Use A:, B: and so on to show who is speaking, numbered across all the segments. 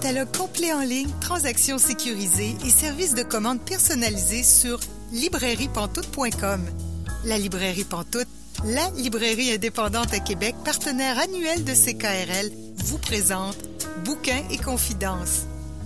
A: catalogue complet en ligne, transactions sécurisées et services de commande personnalisés sur librairiepantoute.com. La Librairie Pantoute, la librairie indépendante à Québec, partenaire annuel de CKRL, vous présente Bouquins et confidences.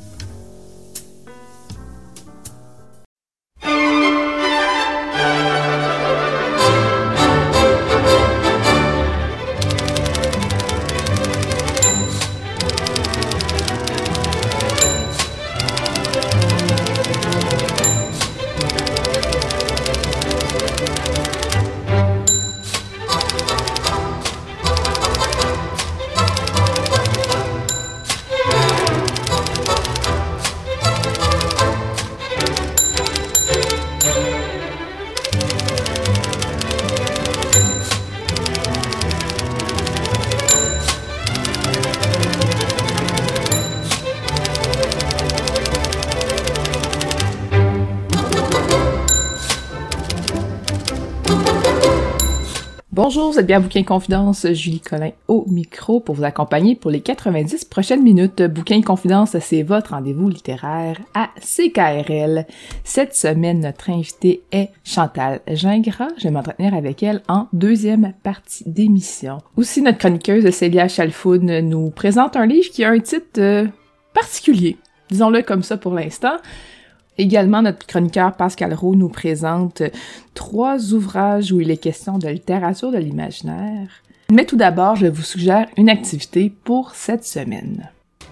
B: Bonjour, vous êtes bien à Bouquins et Confidences, Julie Collin au micro pour vous accompagner pour les 90 prochaines minutes. Bouquins et Confidences, c'est votre rendez-vous littéraire à CKRL. Cette semaine, notre invitée est Chantal Gingras. Je vais m'entretenir avec elle en deuxième partie d'émission. Aussi, notre chroniqueuse Célia Chalfoun nous présente un livre qui a un titre particulier, disons-le comme ça pour l'instant. Également, notre chroniqueur Pascal Roux nous présente 3 ouvrages où il est question de littérature de l'imaginaire. Mais tout d'abord, je vous suggère une activité pour cette semaine.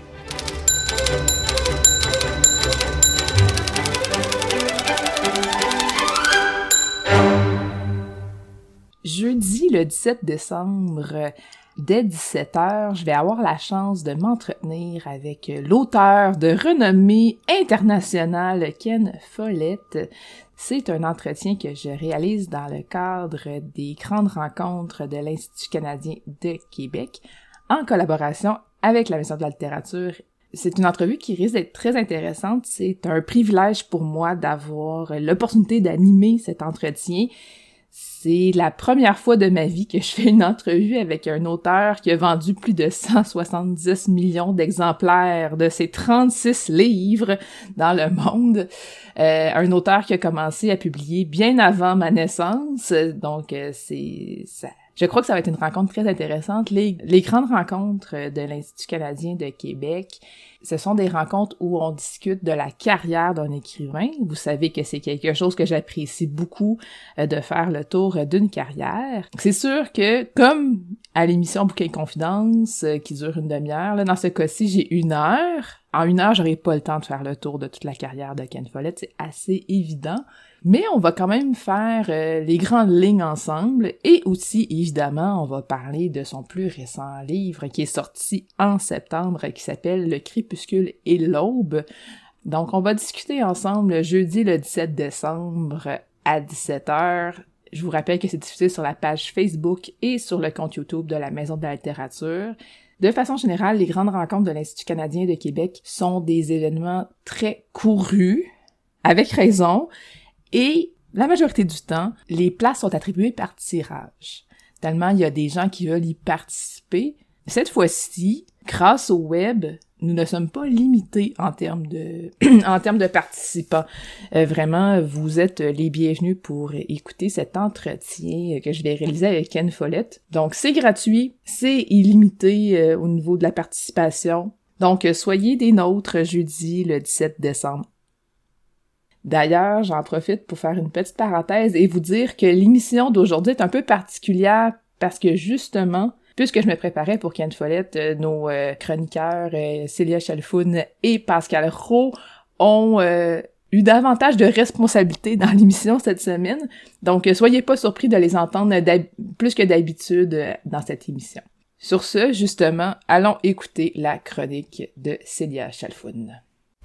B: Jeudi, le 17 décembre, dès 17h, je vais avoir la chance de m'entretenir avec l'auteur de renommée internationale Ken Follett. C'est un entretien que je réalise dans le cadre des grandes rencontres de l'Institut canadien de Québec en collaboration avec la Maison de la littérature. C'est une entrevue qui risque d'être très intéressante. C'est un privilège pour moi d'avoir l'opportunité d'animer cet entretien. C'est la première fois de ma vie que je fais une entrevue avec un auteur qui a vendu plus de 170 millions d'exemplaires de ses 36 livres dans le monde. Un auteur qui a commencé à publier bien avant ma naissance. Donc, je crois que ça va être une rencontre très intéressante. Les grandes rencontres de l'Institut canadien de Québec, ce sont des rencontres où on discute de la carrière d'un écrivain. Vous savez que c'est quelque chose que j'apprécie beaucoup, de faire le tour d'une carrière. C'est sûr que, comme à l'émission Bouquins et Confidences, qui dure une demi-heure, là, dans ce cas-ci, j'ai 1 heure. En 1 heure, j'aurai pas le temps de faire le tour de toute la carrière de Ken Follett, c'est assez évident. Mais on va quand même faire les grandes lignes ensemble et aussi, évidemment, on va parler de son plus récent livre qui est sorti en septembre qui s'appelle « Le crépuscule et l'aube ». Donc, on va discuter ensemble jeudi le 17 décembre à 17h. Je vous rappelle que c'est diffusé sur la page Facebook et sur le compte YouTube de la Maison de la littérature. De façon générale, les grandes rencontres de l'Institut canadien de Québec sont des événements très courus, avec raison, et la majorité du temps, les places sont attribuées par tirage. Tellement il y a des gens qui veulent y participer. Cette fois-ci, grâce au web, nous ne sommes pas limités en termes de participants. Vraiment, vous êtes les bienvenus pour écouter cet entretien que je vais réaliser avec Ken Follett. Donc, c'est gratuit, c'est illimité au niveau de la participation. Donc, soyez des nôtres jeudi le 17 décembre. D'ailleurs, j'en profite pour faire une petite parenthèse et vous dire que l'émission d'aujourd'hui est un peu particulière parce que justement, puisque je me préparais pour Ken Follett, nos chroniqueurs Célia Chalfoun et Pascal Roux ont eu davantage de responsabilités dans l'émission cette semaine. Donc, soyez pas surpris de les entendre plus que d'habitude dans cette émission. Sur ce, justement, allons écouter la chronique de Célia Chalfoun.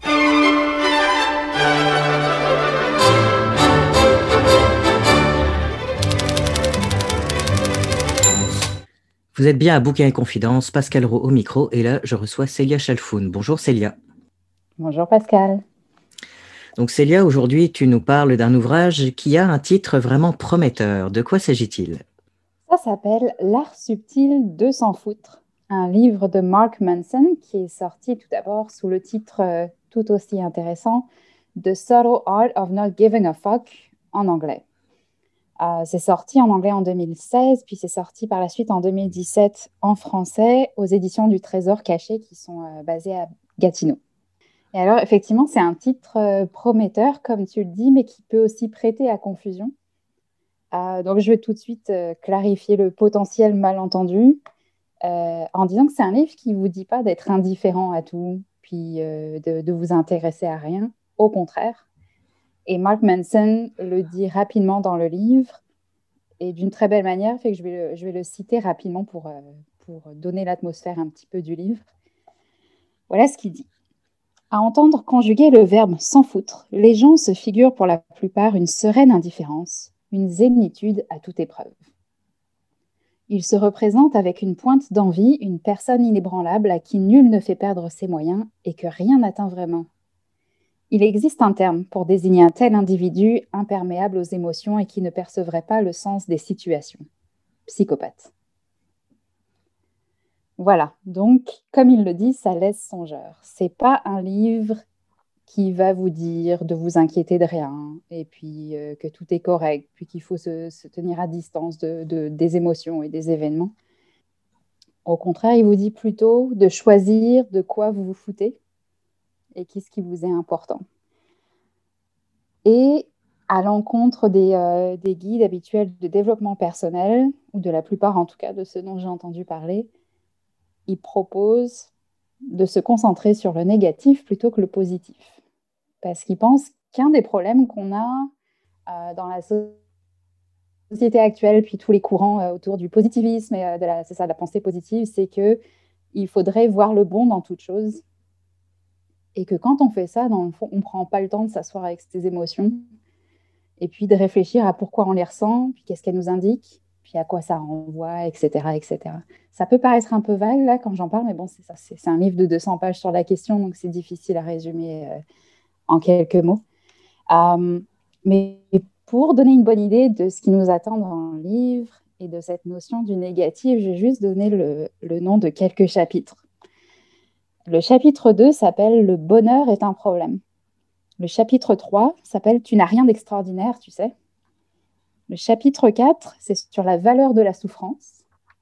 C: Vous êtes bien à Bouquins et Confidences, Pascal Roux au micro, et là, je reçois Célia Chalfoun. Bonjour Célia.
D: Bonjour Pascal.
C: Donc Célia, aujourd'hui, tu nous parles d'un ouvrage qui a un titre vraiment prometteur. De quoi s'agit-il ?
D: Ça s'appelle « L'art subtil de s'en foutre ». un livre de Mark Manson qui est sorti tout d'abord sous le titre tout aussi intéressant The Subtle Art of Not Giving a Fuck en anglais. C'est sorti en anglais en 2016, puis c'est sorti par la suite en 2017 en français aux éditions du Trésor Caché qui sont basées à Gatineau. Et alors, effectivement, c'est un titre prometteur, comme tu le dis, mais qui peut aussi prêter à confusion. Donc, je vais tout de suite clarifier le potentiel malentendu en disant que c'est un livre qui ne vous dit pas d'être indifférent à tout, puis de vous intéresser à rien. Au contraire. Et Mark Manson le dit rapidement dans le livre et d'une très belle manière, fait que je vais le citer rapidement pour donner l'atmosphère un petit peu du livre. Voilà ce qu'il dit. À entendre conjuguer le verbe s'en foutre, les gens se figurent pour la plupart une sereine indifférence, une zénitude à toute épreuve. Ils se représentent avec une pointe d'envie une personne inébranlable à qui nul ne fait perdre ses moyens et que rien n'atteint vraiment. Il existe un terme pour désigner un tel individu imperméable aux émotions et qui ne percevrait pas le sens des situations. Psychopathe. Voilà, donc, comme il le dit, ça laisse songeur. C'est pas un livre qui va vous dire de vous inquiéter de rien, et puis que tout est correct, puis qu'il faut se tenir à distance des émotions et des événements. Au contraire, il vous dit plutôt de choisir de quoi vous vous foutez et qu'est-ce qui vous est important. Et à l'encontre des guides habituels de développement personnel, ou de la plupart en tout cas de ceux dont j'ai entendu parler, il propose de se concentrer sur le négatif plutôt que le positif. Parce qu'il pense qu'un des problèmes qu'on a dans la société actuelle, puis tous les courants autour du positivisme et de la pensée positive, c'est qu'il faudrait voir le bon dans toute chose. Et que quand on fait ça, dans le fond, on ne prend pas le temps de s'asseoir avec ses émotions et puis de réfléchir à pourquoi on les ressent, puis qu'est-ce qu'elles nous indiquent, puis à quoi ça renvoie, etc., etc. Ça peut paraître un peu vague, là, quand j'en parle, mais bon, c'est ça. C'est un livre de 200 pages sur la question, donc c'est difficile à résumer en quelques mots. Mais pour donner une bonne idée de ce qui nous attend dans le livre et de cette notion du négatif, je vais juste donner le nom de quelques chapitres. Le chapitre 2 s'appelle « Le bonheur est un problème ». Le chapitre 3 s'appelle « Tu n'as rien d'extraordinaire, tu sais ». Le chapitre 4, c'est sur la valeur de la souffrance.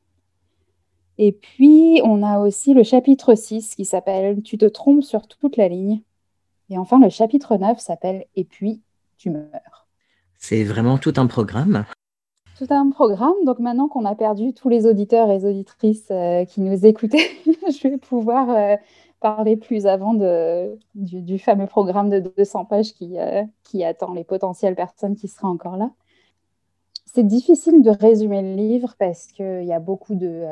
D: Et puis, on a aussi le chapitre 6 qui s'appelle « Tu te trompes sur toute la ligne ». Et enfin, le chapitre 9 s'appelle « Et puis, tu meurs ».
C: C'est vraiment tout un programme.
D: Tout un programme. Donc maintenant qu'on a perdu tous les auditeurs et les auditrices qui nous écoutaient, je vais pouvoir parler plus avant du fameux programme de 200 pages qui attend les potentielles personnes qui seraient encore là. C'est difficile de résumer le livre parce qu'il y a beaucoup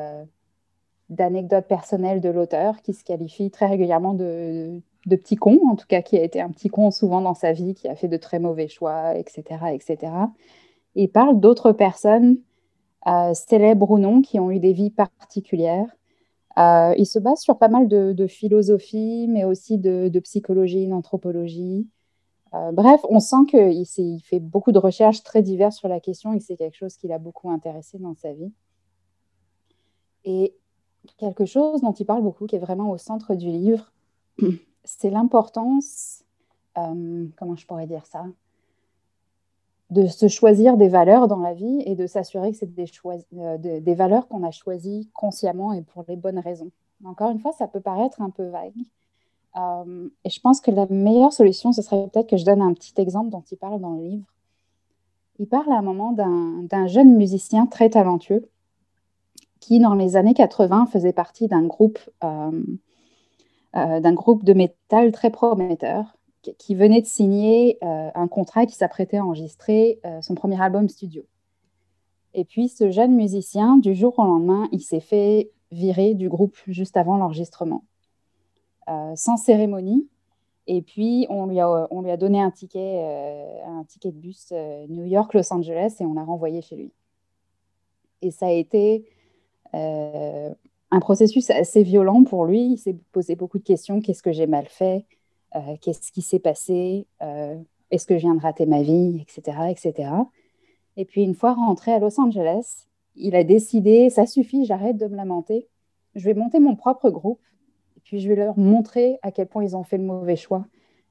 D: d'anecdotes personnelles de l'auteur qui se qualifie très régulièrement de petit con, en tout cas qui a été un petit con souvent dans sa vie, qui a fait de très mauvais choix, etc., etc. Il parle d'autres personnes, célèbres ou non, qui ont eu des vies particulières. Il se base sur pas mal de philosophie, mais aussi de psychologie, d'anthropologie. Bref, on sent qu'il fait beaucoup de recherches très diverses sur la question et que c'est quelque chose qui l'a beaucoup intéressé dans sa vie. Et quelque chose dont il parle beaucoup, qui est vraiment au centre du livre, c'est l'importance, comment je pourrais dire ça, de se choisir des valeurs dans la vie et de s'assurer que c'est des valeurs qu'on a choisies consciemment et pour les bonnes raisons. Encore une fois, ça peut paraître un peu vague. Et je pense que la meilleure solution, ce serait peut-être que je donne un petit exemple dont il parle dans le livre. Il parle à un moment d'un jeune musicien très talentueux qui, dans les années 80, faisait partie d'un groupe de métal très prometteur qui venait de signer un contrat qui s'apprêtait à enregistrer son premier album studio. Et puis, ce jeune musicien, du jour au lendemain, il s'est fait virer du groupe juste avant l'enregistrement, sans cérémonie. Et puis, on lui a donné un ticket de bus New York-Los Angeles et on l'a renvoyé chez lui. Et ça a été un processus assez violent pour lui. Il s'est posé beaucoup de questions. Qu'est-ce que j'ai mal fait ? Qu'est-ce qui s'est passé, est-ce que je viens de rater ma vie, etc., etc. Et puis, une fois rentré à Los Angeles, il a décidé, ça suffit, j'arrête de me lamenter, je vais monter mon propre groupe et puis je vais leur montrer à quel point ils ont fait le mauvais choix.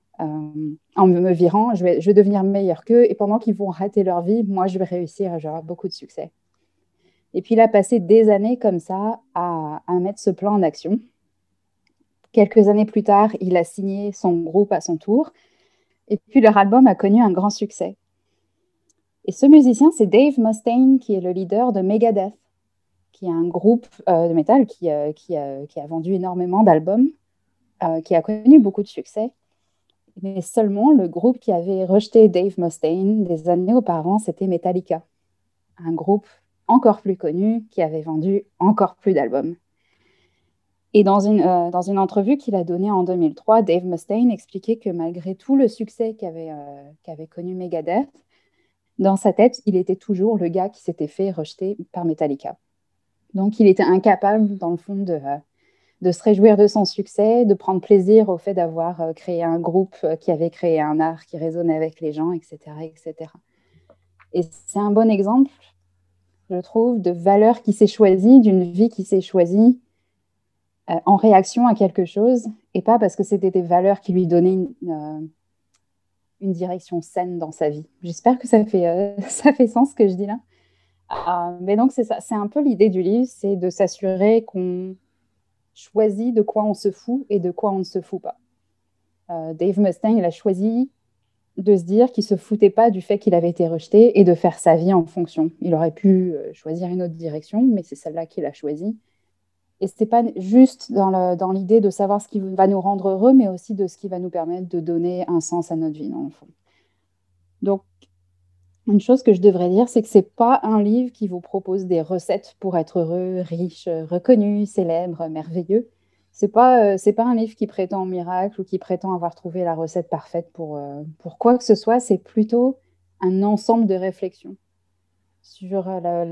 D: En me virant, je vais devenir meilleure qu'eux et pendant qu'ils vont rater leur vie, moi, je vais réussir et j'aurai beaucoup de succès. Et puis, il a passé des années comme ça à mettre ce plan en action. Quelques années plus tard, il a signé son groupe à son tour. Et puis, leur album a connu un grand succès. Et ce musicien, c'est Dave Mustaine, qui est le leader de Megadeth, qui est un groupe de métal qui a vendu énormément d'albums, qui a connu beaucoup de succès. Mais seulement le groupe qui avait rejeté Dave Mustaine des années auparavant, c'était Metallica, un groupe encore plus connu qui avait vendu encore plus d'albums. Et dans une entrevue qu'il a donnée en 2003, Dave Mustaine expliquait que malgré tout le succès qu'avait connu Megadeth, dans sa tête, il était toujours le gars qui s'était fait rejeter par Metallica. Donc, il était incapable, dans le fond, de se réjouir de son succès, de prendre plaisir au fait d'avoir créé un groupe qui avait créé un art qui résonnait avec les gens, etc., etc. Et c'est un bon exemple, je trouve, de valeur qui s'est choisie, d'une vie qui s'est choisie en réaction à quelque chose, et pas parce que c'était des valeurs qui lui donnaient une direction saine dans sa vie. J'espère que ça fait sens ce que je dis là. Mais donc, c'est ça, c'est un peu l'idée du livre, c'est de s'assurer qu'on choisit de quoi on se fout et de quoi on ne se fout pas. Dave Mustaine, il a choisi de se dire qu'il ne se foutait pas du fait qu'il avait été rejeté et de faire sa vie en fonction. Il aurait pu choisir une autre direction, mais c'est celle-là qu'il a choisie. Et ce n'est pas juste dans l'idée de savoir ce qui va nous rendre heureux, mais aussi de ce qui va nous permettre de donner un sens à notre vie, dans le fond. Donc, une chose que je devrais dire, c'est que ce n'est pas un livre qui vous propose des recettes pour être heureux, riche, reconnu, célèbre, merveilleux. C'est pas un livre qui prétend au miracle ou qui prétend avoir trouvé la recette parfaite pour quoi que ce soit. C'est plutôt un ensemble de réflexions sur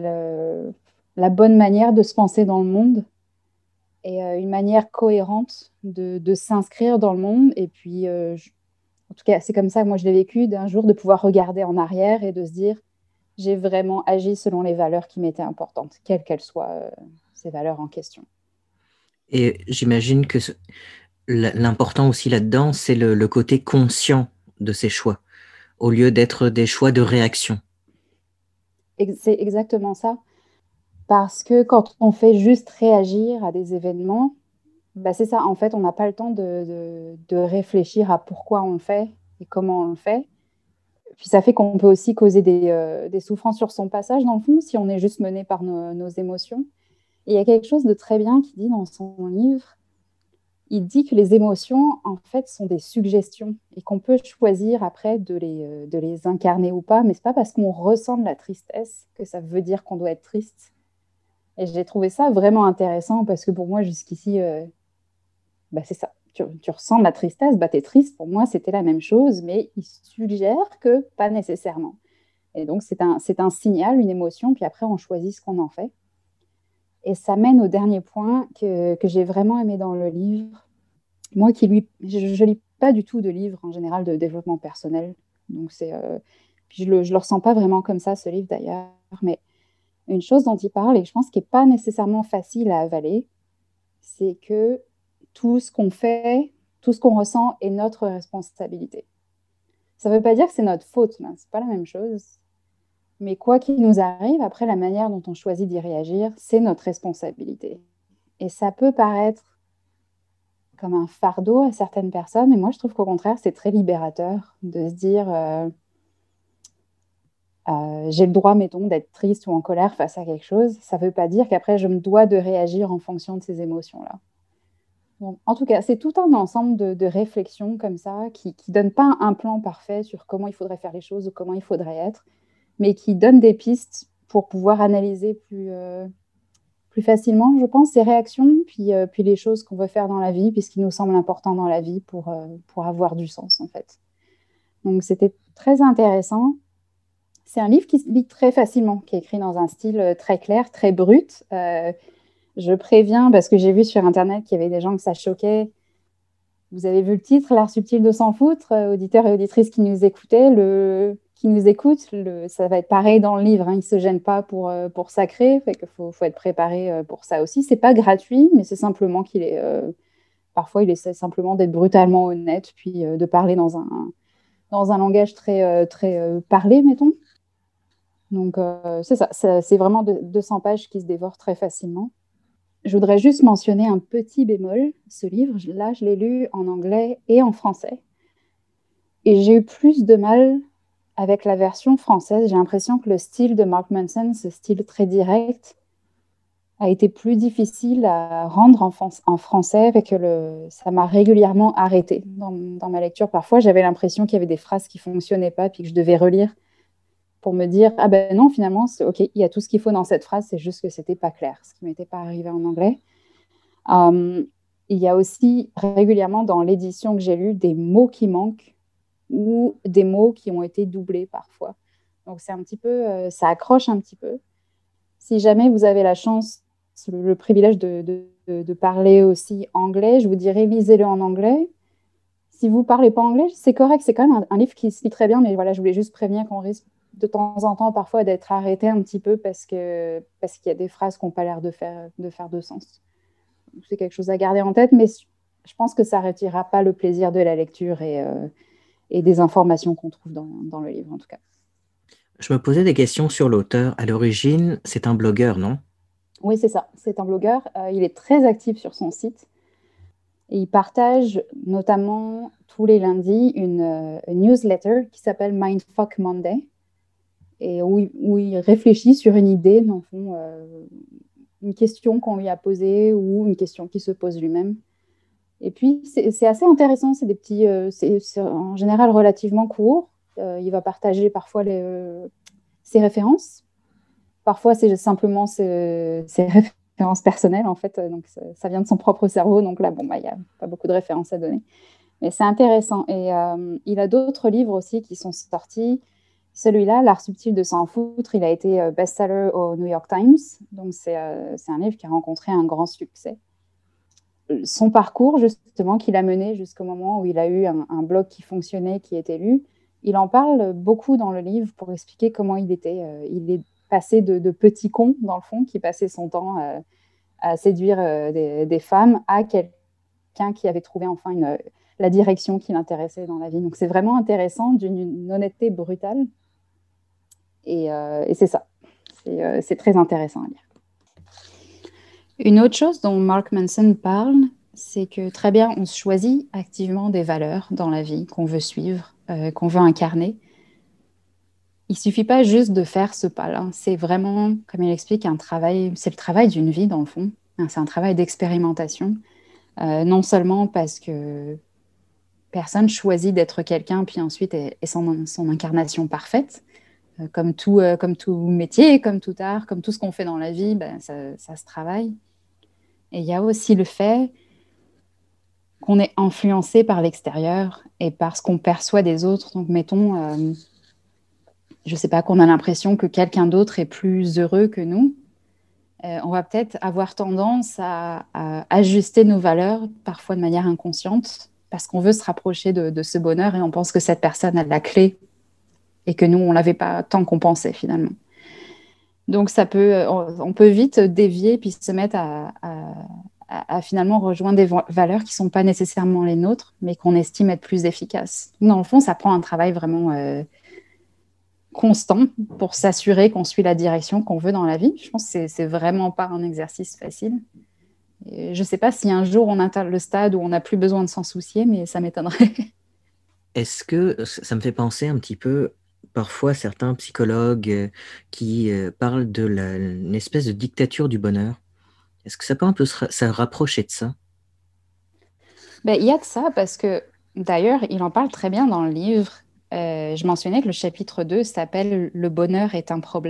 D: la bonne manière de se penser dans le monde et une manière cohérente de s'inscrire dans le monde. Et puis, en tout cas, c'est comme ça que moi je l'ai vécu, d'un jour de pouvoir regarder en arrière et de se dire j'ai vraiment agi selon les valeurs qui m'étaient importantes, quelles qu'elles soient ces valeurs en question.
C: Et j'imagine que l'important aussi là-dedans, c'est le côté conscient de ces choix, au lieu d'être des choix de réaction.
D: C'est exactement ça. Parce que quand on fait juste réagir à des événements, bah c'est ça, en fait, on n'a pas le temps de réfléchir à pourquoi on le fait et comment on le fait. Puis ça fait qu'on peut aussi causer des souffrances sur son passage, dans le fond, si on est juste mené par nos émotions. Et il y a quelque chose de très bien qu'il dit dans son livre. Il dit que les émotions, en fait, sont des suggestions et qu'on peut choisir après de les incarner ou pas. Mais ce n'est pas parce qu'on ressent de la tristesse que ça veut dire qu'on doit être triste. Et j'ai trouvé ça vraiment intéressant parce que pour moi, jusqu'ici, c'est ça. Tu ressens de la tristesse, tu es triste. Pour moi, c'était la même chose, mais il suggère que pas nécessairement. Et donc, c'est un signal, une émotion, puis après, on choisit ce qu'on en fait. Et ça mène au dernier point que j'ai vraiment aimé dans le livre. Moi, je ne lis pas du tout de livres en général de développement personnel. Donc, puis je le ressens pas vraiment comme ça, ce livre d'ailleurs. Mais une chose dont il parle et que je pense qui n'est pas nécessairement facile à avaler, c'est que tout ce qu'on fait, tout ce qu'on ressent est notre responsabilité. Ça ne veut pas dire que c'est notre faute, ce n'est pas la même chose. Mais quoi qu'il nous arrive, après, la manière dont on choisit d'y réagir, c'est notre responsabilité. Et ça peut paraître comme un fardeau à certaines personnes, mais moi, je trouve qu'au contraire, c'est très libérateur de se dire j'ai le droit, mettons, d'être triste ou en colère face à quelque chose. Ça ne veut pas dire qu'après, je me dois de réagir en fonction de ces émotions-là. Donc, en tout cas, c'est tout un ensemble de réflexions comme ça qui ne donnent pas un plan parfait sur comment il faudrait faire les choses ou comment il faudrait être, mais qui donnent des pistes pour pouvoir analyser plus facilement, je pense, ces réactions, puis les choses qu'on veut faire dans la vie, puis ce qui nous semble important dans la vie pour avoir du sens, en fait. Donc, c'était très intéressant. C'est un livre qui se lit très facilement, qui est écrit dans un style très clair, très brut. Je préviens, parce que j'ai vu sur Internet qu'il y avait des gens que ça choquait. Vous avez vu le titre, L'art subtil de s'en foutre, auditeurs et auditrices qui nous écoutaient, qui nous écoutent, ça va être pareil dans le livre. Hein, il ne se gêne pas pour sacrer, fait qu'il faut être préparé pour ça aussi. Ce n'est pas gratuit, mais c'est simplement qu'il est... parfois, il essaie simplement d'être brutalement honnête, puis de parler dans un langage très parlé, mettons. Donc, c'est ça. C'est vraiment 200 pages qui se dévorent très facilement. Je voudrais juste mentionner un petit bémol. Ce livre, là, je l'ai lu en anglais et en français. Et j'ai eu plus de mal avec la version française. J'ai l'impression que le style de Mark Manson, ce style très direct, a été plus difficile à rendre en français. Ça m'a régulièrement arrêtée dans ma lecture. Parfois, j'avais l'impression qu'il y avait des phrases qui ne fonctionnaient pas, puis que je devais relire pour me dire « Ah ben non, finalement, c'est OK, il y a tout ce qu'il faut dans cette phrase, c'est juste que ce n'était pas clair, ce qui ne m'était pas arrivé en anglais. » Il y a aussi régulièrement dans l'édition que j'ai lue des mots qui manquent ou des mots qui ont été doublés parfois. Donc, c'est un petit peu, ça accroche un petit peu. Si jamais vous avez la chance, le privilège de parler aussi anglais, je vous dirais lisez-le en anglais. Si vous ne parlez pas anglais, c'est correct, c'est quand même un livre qui se lit très bien, mais voilà, je voulais juste prévenir qu'on risque de temps en temps parfois d'être arrêté un petit peu parce qu'il y a des phrases qui n'ont pas l'air de faire de sens. Donc, c'est quelque chose à garder en tête, mais je pense que ça ne retirera pas le plaisir de la lecture et des informations qu'on trouve dans le livre, en tout cas.
C: Je me posais des questions sur l'auteur. À l'origine, c'est un blogueur, non?
D: Oui, c'est ça. C'est un blogueur. Il est très actif sur son site. Et il partage notamment tous les lundis une newsletter qui s'appelle Mindfuck Monday, et où il réfléchit sur une idée, dans le fond, une question qu'on lui a posée ou une question qu'il se pose lui-même. Et puis, c'est assez intéressant. C'est des petits, c'est en général relativement court. Il va partager parfois ses références. Parfois, c'est simplement ses références personnelles, en fait. Donc, ça vient de son propre cerveau. Donc là, il n'y a pas beaucoup de références à donner. Mais c'est intéressant. Et il a d'autres livres aussi qui sont sortis. Celui-là, L'art subtil de s'en foutre, il a été best-seller au New York Times. Donc, c'est un livre qui a rencontré un grand succès. Son parcours, justement, qu'il a mené jusqu'au moment où il a eu un blog qui fonctionnait, qui était lu, il en parle beaucoup dans le livre pour expliquer comment il est passé de petit con, dans le fond, qui passait son temps à séduire des femmes, à quelqu'un qui avait trouvé enfin la direction qui l'intéressait dans la vie. Donc, c'est vraiment intéressant, d'une honnêteté brutale. Et c'est ça. C'est très intéressant à lire. Une autre chose dont Mark Manson parle, c'est que très bien, on choisit activement des valeurs dans la vie qu'on veut suivre, qu'on veut incarner. Il ne suffit pas juste de faire ce pas-là. C'est vraiment, comme il explique, un travail, c'est le travail d'une vie dans le fond. C'est un travail d'expérimentation. Non seulement parce que personne choisit d'être quelqu'un, puis ensuite est son incarnation parfaite. Comme tout métier, comme tout art, comme tout ce qu'on fait dans la vie, ça se travaille. Et il y a aussi le fait qu'on est influencé par l'extérieur et par ce qu'on perçoit des autres. Donc, mettons, je ne sais pas, qu'on a l'impression que quelqu'un d'autre est plus heureux que nous. On va peut-être avoir tendance à ajuster nos valeurs, parfois de manière inconsciente, parce qu'on veut se rapprocher de ce bonheur et on pense que cette personne a la clé et que nous, on ne l'avait pas tant qu'on pensait finalement. Donc, on peut vite dévier puis se mettre à finalement rejoindre des valeurs qui ne sont pas nécessairement les nôtres, mais qu'on estime être plus efficaces. Dans le fond, ça prend un travail vraiment constant pour s'assurer qu'on suit la direction qu'on veut dans la vie. Je pense que c'est vraiment pas un exercice facile. Et je ne sais pas si un jour on atteint le stade où on n'a plus besoin de s'en soucier, mais ça m'étonnerait.
C: Est-ce que ça me fait penser un petit peu, parfois, certains psychologues qui parlent une espèce de dictature du bonheur? Est-ce que ça peut un peu se rapprocher de ça?
D: Il y a de ça parce que, d'ailleurs, il en parle très bien dans le livre. Je mentionnais que le chapitre 2 s'appelle « Le bonheur est un problème ».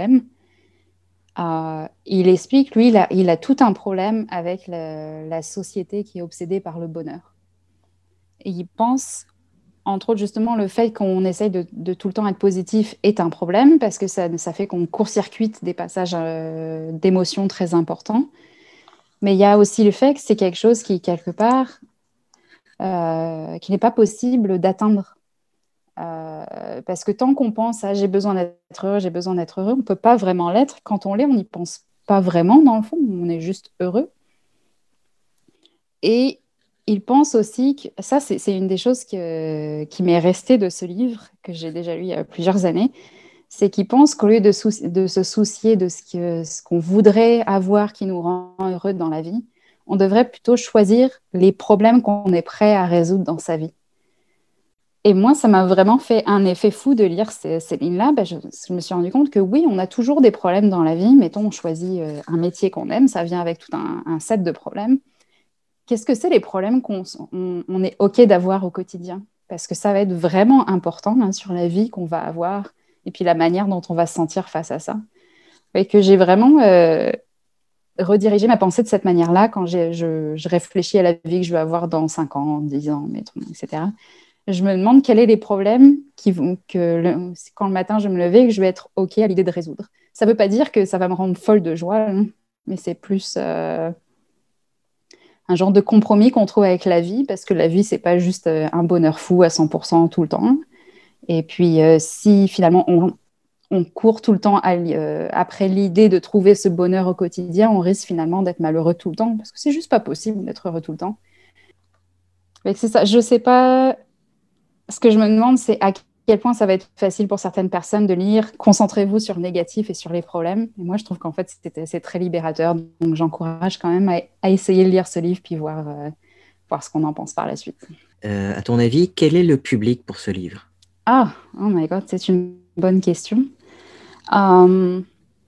D: Il explique, lui, il a tout un problème avec la société qui est obsédée par le bonheur. Et il pense, entre autres, justement, le fait qu'on essaye de tout le temps être positif est un problème parce que ça fait qu'on court-circuite des passages d'émotions très importants. Mais il y a aussi le fait que c'est quelque chose qui, quelque part, qui n'est pas possible d'atteindre. Parce que tant qu'on pense à j'ai besoin d'être heureux, on ne peut pas vraiment l'être. Quand on l'est, on n'y pense pas vraiment, dans le fond, on est juste heureux. Et il pense aussi que ça, c'est une des choses qui m'est restée de ce livre, que j'ai déjà lu il y a plusieurs années, c'est qu'il pense qu'au lieu de se soucier de ce qu'on voudrait avoir qui nous rend heureux dans la vie, on devrait plutôt choisir les problèmes qu'on est prêt à résoudre dans sa vie. Et moi, ça m'a vraiment fait un effet fou de lire ces lignes-là. Je me suis rendu compte que oui, on a toujours des problèmes dans la vie. Mettons, on choisit un métier qu'on aime, ça vient avec tout un set de problèmes. Qu'est-ce que c'est les problèmes qu'on est OK d'avoir au quotidien? Parce que ça va être vraiment important sur la vie qu'on va avoir et puis la manière dont on va se sentir face à ça. Et que j'ai vraiment redirigé ma pensée de cette manière-là quand je réfléchis à la vie que je vais avoir dans 5 ans, 10 ans, mettons, etc. Je me demande quels sont les problèmes quand le matin je vais me lever, que je vais être OK à l'idée de résoudre. Ça ne veut pas dire que ça va me rendre folle de joie, mais c'est plus un genre de compromis qu'on trouve avec la vie, parce que la vie, ce n'est pas juste un bonheur fou à 100% tout le temps. Et puis, si finalement on court tout le temps après l'idée de trouver ce bonheur au quotidien, on risque finalement d'être malheureux tout le temps, parce que c'est juste pas possible d'être heureux tout le temps. Et c'est ça, je sais pas. Ce que je me demande, c'est à quel point ça va être facile pour certaines personnes de lire « Concentrez-vous sur le négatif et sur les problèmes ». Et moi, je trouve qu'en fait, c'est très libérateur. Donc, j'encourage quand même à essayer de lire ce livre puis voir ce qu'on en pense par la suite.
C: À ton avis, quel est le public pour ce livre?
D: Oh my God, c'est une bonne question. Je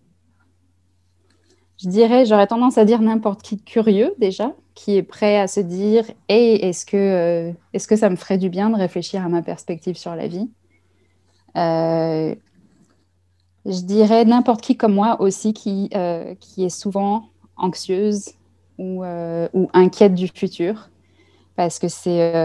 D: dirais, j'aurais tendance à dire n'importe qui curieux déjà, qui est prêt à se dire « Hey, est-ce que ça me ferait du bien de réfléchir à ma perspective sur la vie ?» Je dirais n'importe qui comme moi aussi qui est souvent anxieuse ou inquiète du futur, parce que c'est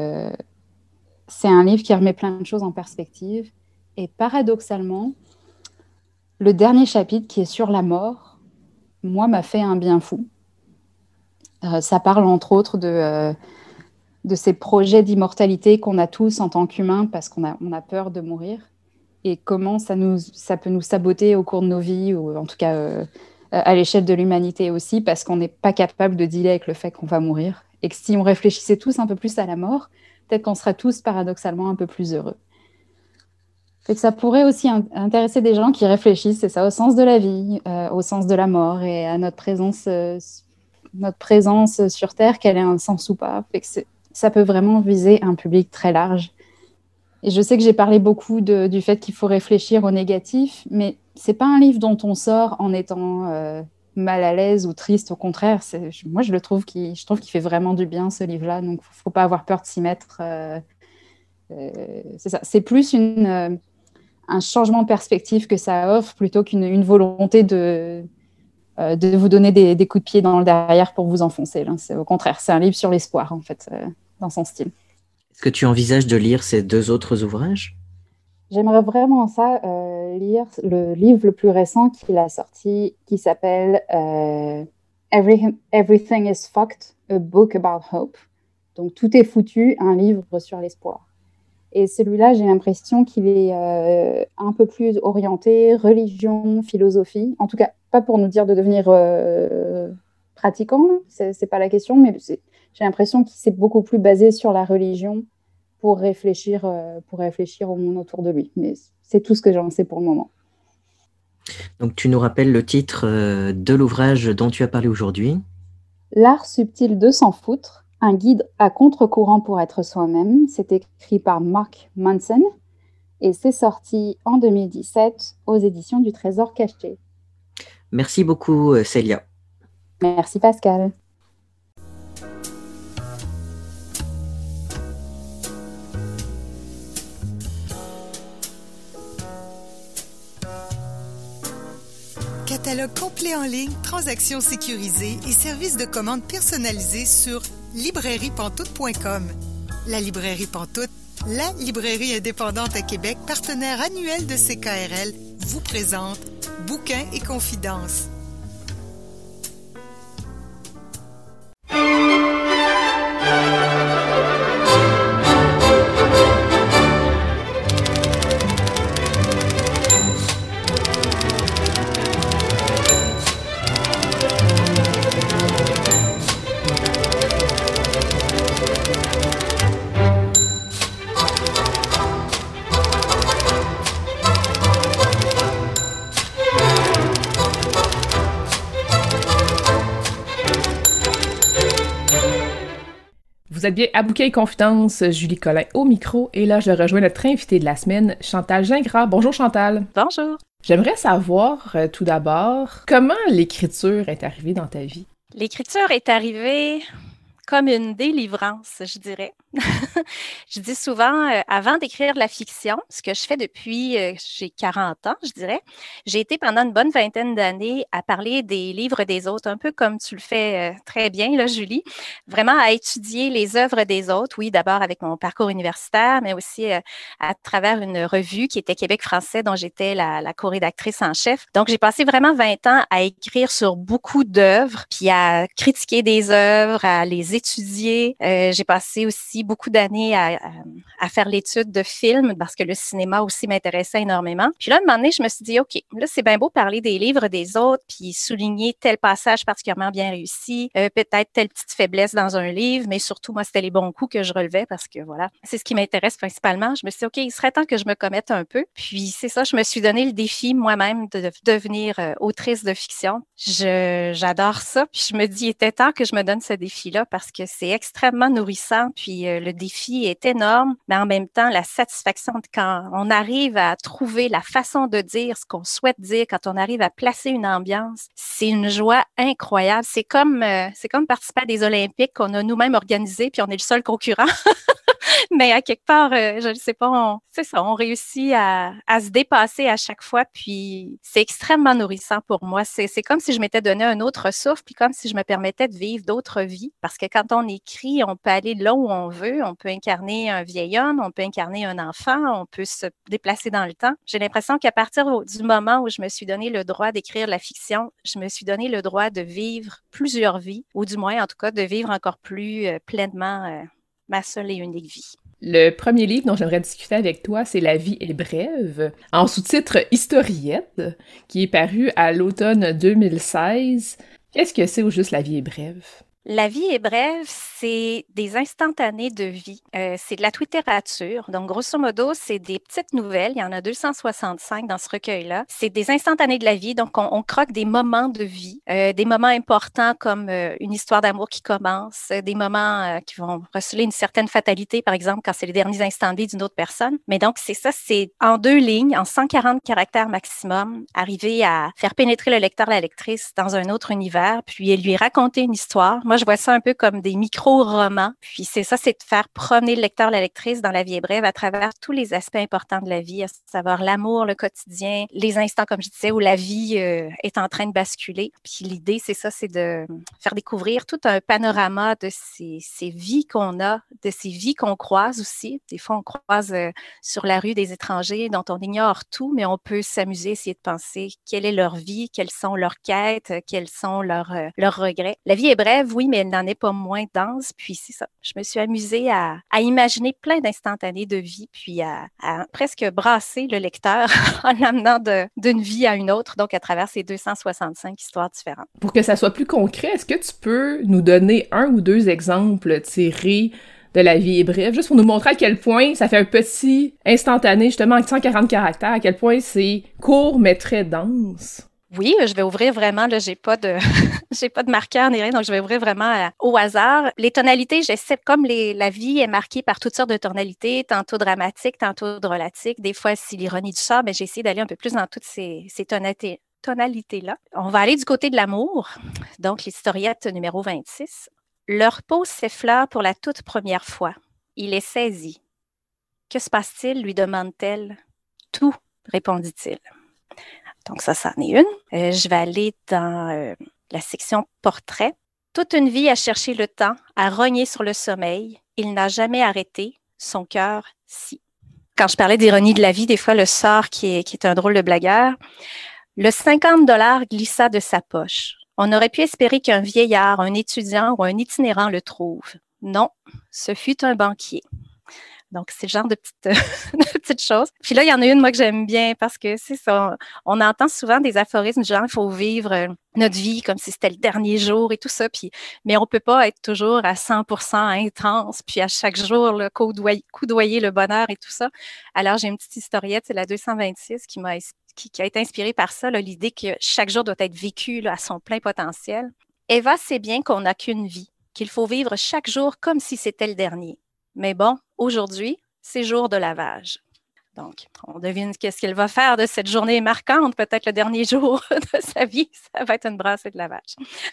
D: un livre qui remet plein de choses en perspective. Et paradoxalement, le dernier chapitre qui est sur la mort, moi, m'a fait un bien fou. Ça parle entre autres de ces projets d'immortalité qu'on a tous en tant qu'humains parce qu'on a peur de mourir, et comment ça peut nous saboter au cours de nos vies, ou en tout cas à l'échelle de l'humanité aussi, parce qu'on n'est pas capable de dealer avec le fait qu'on va mourir. Et que si on réfléchissait tous un peu plus à la mort, peut-être qu'on serait tous paradoxalement un peu plus heureux. Et que ça pourrait aussi intéresser des gens qui réfléchissent, c'est ça, au sens de la vie, au sens de la mort, et à notre présence sur Terre, qu'elle ait un sens ou pas. Et que ça peut vraiment viser un public très large. Et je sais que j'ai parlé beaucoup du fait qu'il faut réfléchir au négatif, mais c'est pas un livre dont on sort en étant mal à l'aise ou triste. Au contraire, moi je trouve qu'il fait vraiment du bien, ce livre-là. Donc faut pas avoir peur de s'y mettre. C'est ça. C'est plus un changement de perspective que ça offre, plutôt qu'une volonté de vous donner des coups de pied dans le derrière pour vous enfoncer. Là. Au contraire, c'est un livre sur l'espoir, en fait, dans son style.
C: Est-ce que tu envisages de lire ces 2 autres ouvrages?
D: J'aimerais vraiment lire le livre le plus récent qu'il a sorti, qui s'appelle Everything is Fucked, a book about hope. Donc, tout est foutu, un livre sur l'espoir. Et celui-là, j'ai l'impression qu'il est un peu plus orienté religion, philosophie. En tout cas, pas pour nous dire de devenir pratiquant, c'est pas la question, mais j'ai l'impression qu'il s'est beaucoup plus basé sur la religion pour réfléchir au monde autour de lui. Mais c'est tout ce que j'en sais pour le moment.
C: Donc, tu nous rappelles le titre de l'ouvrage dont tu as parlé aujourd'hui?
D: L'art subtil de s'en foutre, un guide à contre-courant pour être soi-même. C'est écrit par Mark Manson et c'est sorti en 2017 aux éditions du Trésor caché.
C: Merci beaucoup, Célia.
D: Merci, Pascal.
A: Catalogue complet en ligne, transactions sécurisées et services de commande personnalisés sur librairiepantoute.com. La Librairie Pantoute, la librairie indépendante à Québec, partenaire annuel de CKRL, vous présente Bouquins et confidences.
B: Vous êtes bien à Bouquet et Confidence, Julie Collin au micro, et là je rejoins notre invitée de la semaine, Chantal Gingras. Bonjour Chantal.
E: Bonjour.
B: J'aimerais savoir tout d'abord, comment l'écriture est arrivée dans ta vie?
E: L'écriture est arrivée comme une délivrance, je dirais. Je dis souvent, avant d'écrire de la fiction, ce que je fais depuis j'ai 40 ans, je dirais, j'ai été pendant une bonne vingtaine d'années à parler des livres des autres, un peu comme tu le fais très bien, là, Julie, vraiment à étudier les œuvres des autres, oui, d'abord avec mon parcours universitaire, mais aussi à travers une revue qui était Québec français, dont j'étais la co-rédactrice en chef. Donc, j'ai passé vraiment 20 ans à écrire sur beaucoup d'œuvres, puis à critiquer des œuvres, à les étudier. J'ai passé aussi beaucoup d'années à faire l'étude de films parce que le cinéma aussi m'intéressait énormément. Puis là, à un moment donné, je me suis dit, OK, là, c'est bien beau parler des livres des autres puis souligner tel passage particulièrement bien réussi, peut-être telle petite faiblesse dans un livre, mais surtout, moi, c'était les bons coups que je relevais parce que, voilà, c'est ce qui m'intéresse principalement. Je me suis dit, OK, il serait temps que je me commette un peu. Puis c'est ça, je me suis donné le défi moi-même de devenir autrice de fiction. J'adore ça. Puis je me dis, il était temps que je me donne ce défi-là parce que c'est extrêmement nourrissant. Puis le défi est énorme, mais en même temps, la satisfaction de quand on arrive à trouver la façon de dire ce qu'on souhaite dire, quand on arrive à placer une ambiance, c'est une joie incroyable. C'est comme participer à des Olympiques qu'on a nous-mêmes organisés, puis on est le seul concurrent. Mais à quelque part, je ne sais pas, c'est ça, on réussit à se dépasser à chaque fois, puis c'est extrêmement nourrissant pour moi. C'est comme si je m'étais donné un autre souffle, puis comme si je me permettais de vivre d'autres vies. Parce que quand on écrit, on peut aller là où on veut, on peut incarner un vieil homme, on peut incarner un enfant, on peut se déplacer dans le temps. J'ai l'impression qu'à partir du moment où je me suis donné le droit d'écrire la fiction, je me suis donné le droit de vivre plusieurs vies, ou du moins, en tout cas, de vivre encore plus pleinement ma seule et unique vie.
B: Le premier livre dont j'aimerais discuter avec toi, c'est La vie est brève, en sous-titre Historiette, qui est paru à l'automne 2016. Qu'est-ce que c'est au juste La vie est brève?
E: La vie est brève, c'est des instantanés de vie. C'est de la littérature. Donc, grosso modo, c'est des petites nouvelles. Il y en a 265 dans ce recueil-là. C'est des instantanés de la vie. Donc, on croque des moments de vie, des moments importants comme une histoire d'amour qui commence, des moments qui vont receler une certaine fatalité, par exemple, quand c'est les derniers instants de vie d'une autre personne. Mais donc, c'est ça, c'est en 2 lignes, en 140 caractères maximum, arriver à faire pénétrer le lecteur, la lectrice dans un autre univers, puis lui raconter une histoire. Moi, je vois ça un peu comme des micro-romans. Puis c'est ça, c'est de faire promener le lecteur, la lectrice dans la vie est brève à travers tous les aspects importants de la vie, à savoir l'amour, le quotidien, les instants, comme je disais, où la vie est en train de basculer. Puis l'idée, c'est ça, c'est de faire découvrir tout un panorama de ces vies qu'on a, de ces vies qu'on croise aussi. Des fois, on croise sur la rue des étrangers dont on ignore tout, mais on peut s'amuser, essayer de penser quelle est leur vie, quelles sont leurs quêtes, quels sont leurs regrets. La vie est brève, oui, mais elle n'en est pas moins dense. Puis c'est ça. Je me suis amusée à imaginer plein d'instantanés de vie, puis à presque brasser le lecteur en l'amenant d'une vie à une autre, donc à travers ces 265 histoires différentes.
B: Pour que ça soit plus concret, est-ce que tu peux nous donner 1 ou 2 exemples tirés de La vie est brève, juste pour nous montrer à quel point ça fait un petit instantané, justement, avec 140 caractères, à quel point c'est court mais très dense?
E: Oui, je vais ouvrir vraiment, là, j'ai pas de marqueur ni rien, donc je vais ouvrir vraiment au hasard. Les tonalités, j'essaie, comme la vie est marquée par toutes sortes de tonalités, tantôt dramatiques, tantôt drôlatiques, des fois c'est l'ironie du sort, mais j'ai essayé d'aller un peu plus dans toutes ces tonalités-là. On va aller du côté de l'amour, donc l'historiette numéro 26. Leur peau s'effleure pour la toute première fois. Il est saisi. Que se passe-t-il, lui demande-t-elle. Tout, répondit-il. Donc ça, c'en est une. Je vais aller dans la section portrait. Toute une vie à chercher le temps, à rogner sur le sommeil. Il n'a jamais arrêté. Son cœur, si. Quand je parlais d'ironie de la vie, des fois, le sort qui est un drôle de blagueur. Le 50 $ glissa de sa poche. On aurait pu espérer qu'un vieillard, un étudiant ou un itinérant le trouve. Non, ce fut un banquier. Donc, c'est le genre de petites choses. Puis là, il y en a une, moi, que j'aime bien parce que c'est ça. On entend souvent des aphorismes du genre, il faut vivre notre vie comme si c'était le dernier jour et tout ça. Mais on peut pas être toujours à 100% intense, puis à chaque jour, là, coudoyer le bonheur et tout ça. Alors, j'ai une petite historiette, c'est la 226 qui a été inspirée par ça, là, l'idée que chaque jour doit être vécu là, à son plein potentiel. Eva sait bien qu'on n'a qu'une vie, qu'il faut vivre chaque jour comme si c'était le dernier. Mais bon, aujourd'hui, c'est jour de lavage. Donc, on devine qu'est-ce qu'il va faire de cette journée marquante, peut-être le dernier jour de sa vie. Ça va être une brassée de lavage.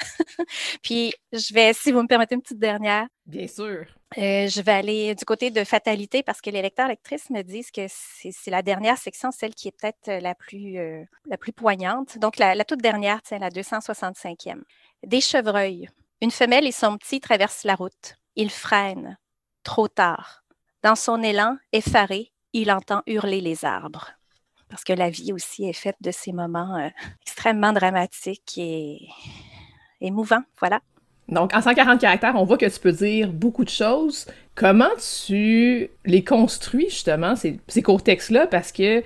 E: Puis, je vais, si vous me permettez une petite dernière.
B: Bien sûr.
E: Je vais aller du côté de fatalité parce que les lecteurs lectrices me disent que c'est la dernière section, celle qui est peut-être la plus poignante. Donc, la toute dernière, tiens, la 265e. Des chevreuils. Une femelle et son petit traversent la route. Ils freinent. Trop tard. Dans son élan, effaré, il entend hurler les arbres. Parce que la vie aussi est faite de ces moments extrêmement dramatiques et émouvants. Voilà.
B: Donc, en 140 caractères, on voit que tu peux dire beaucoup de choses. Comment tu les construis, justement, ces courts textes-là? Parce que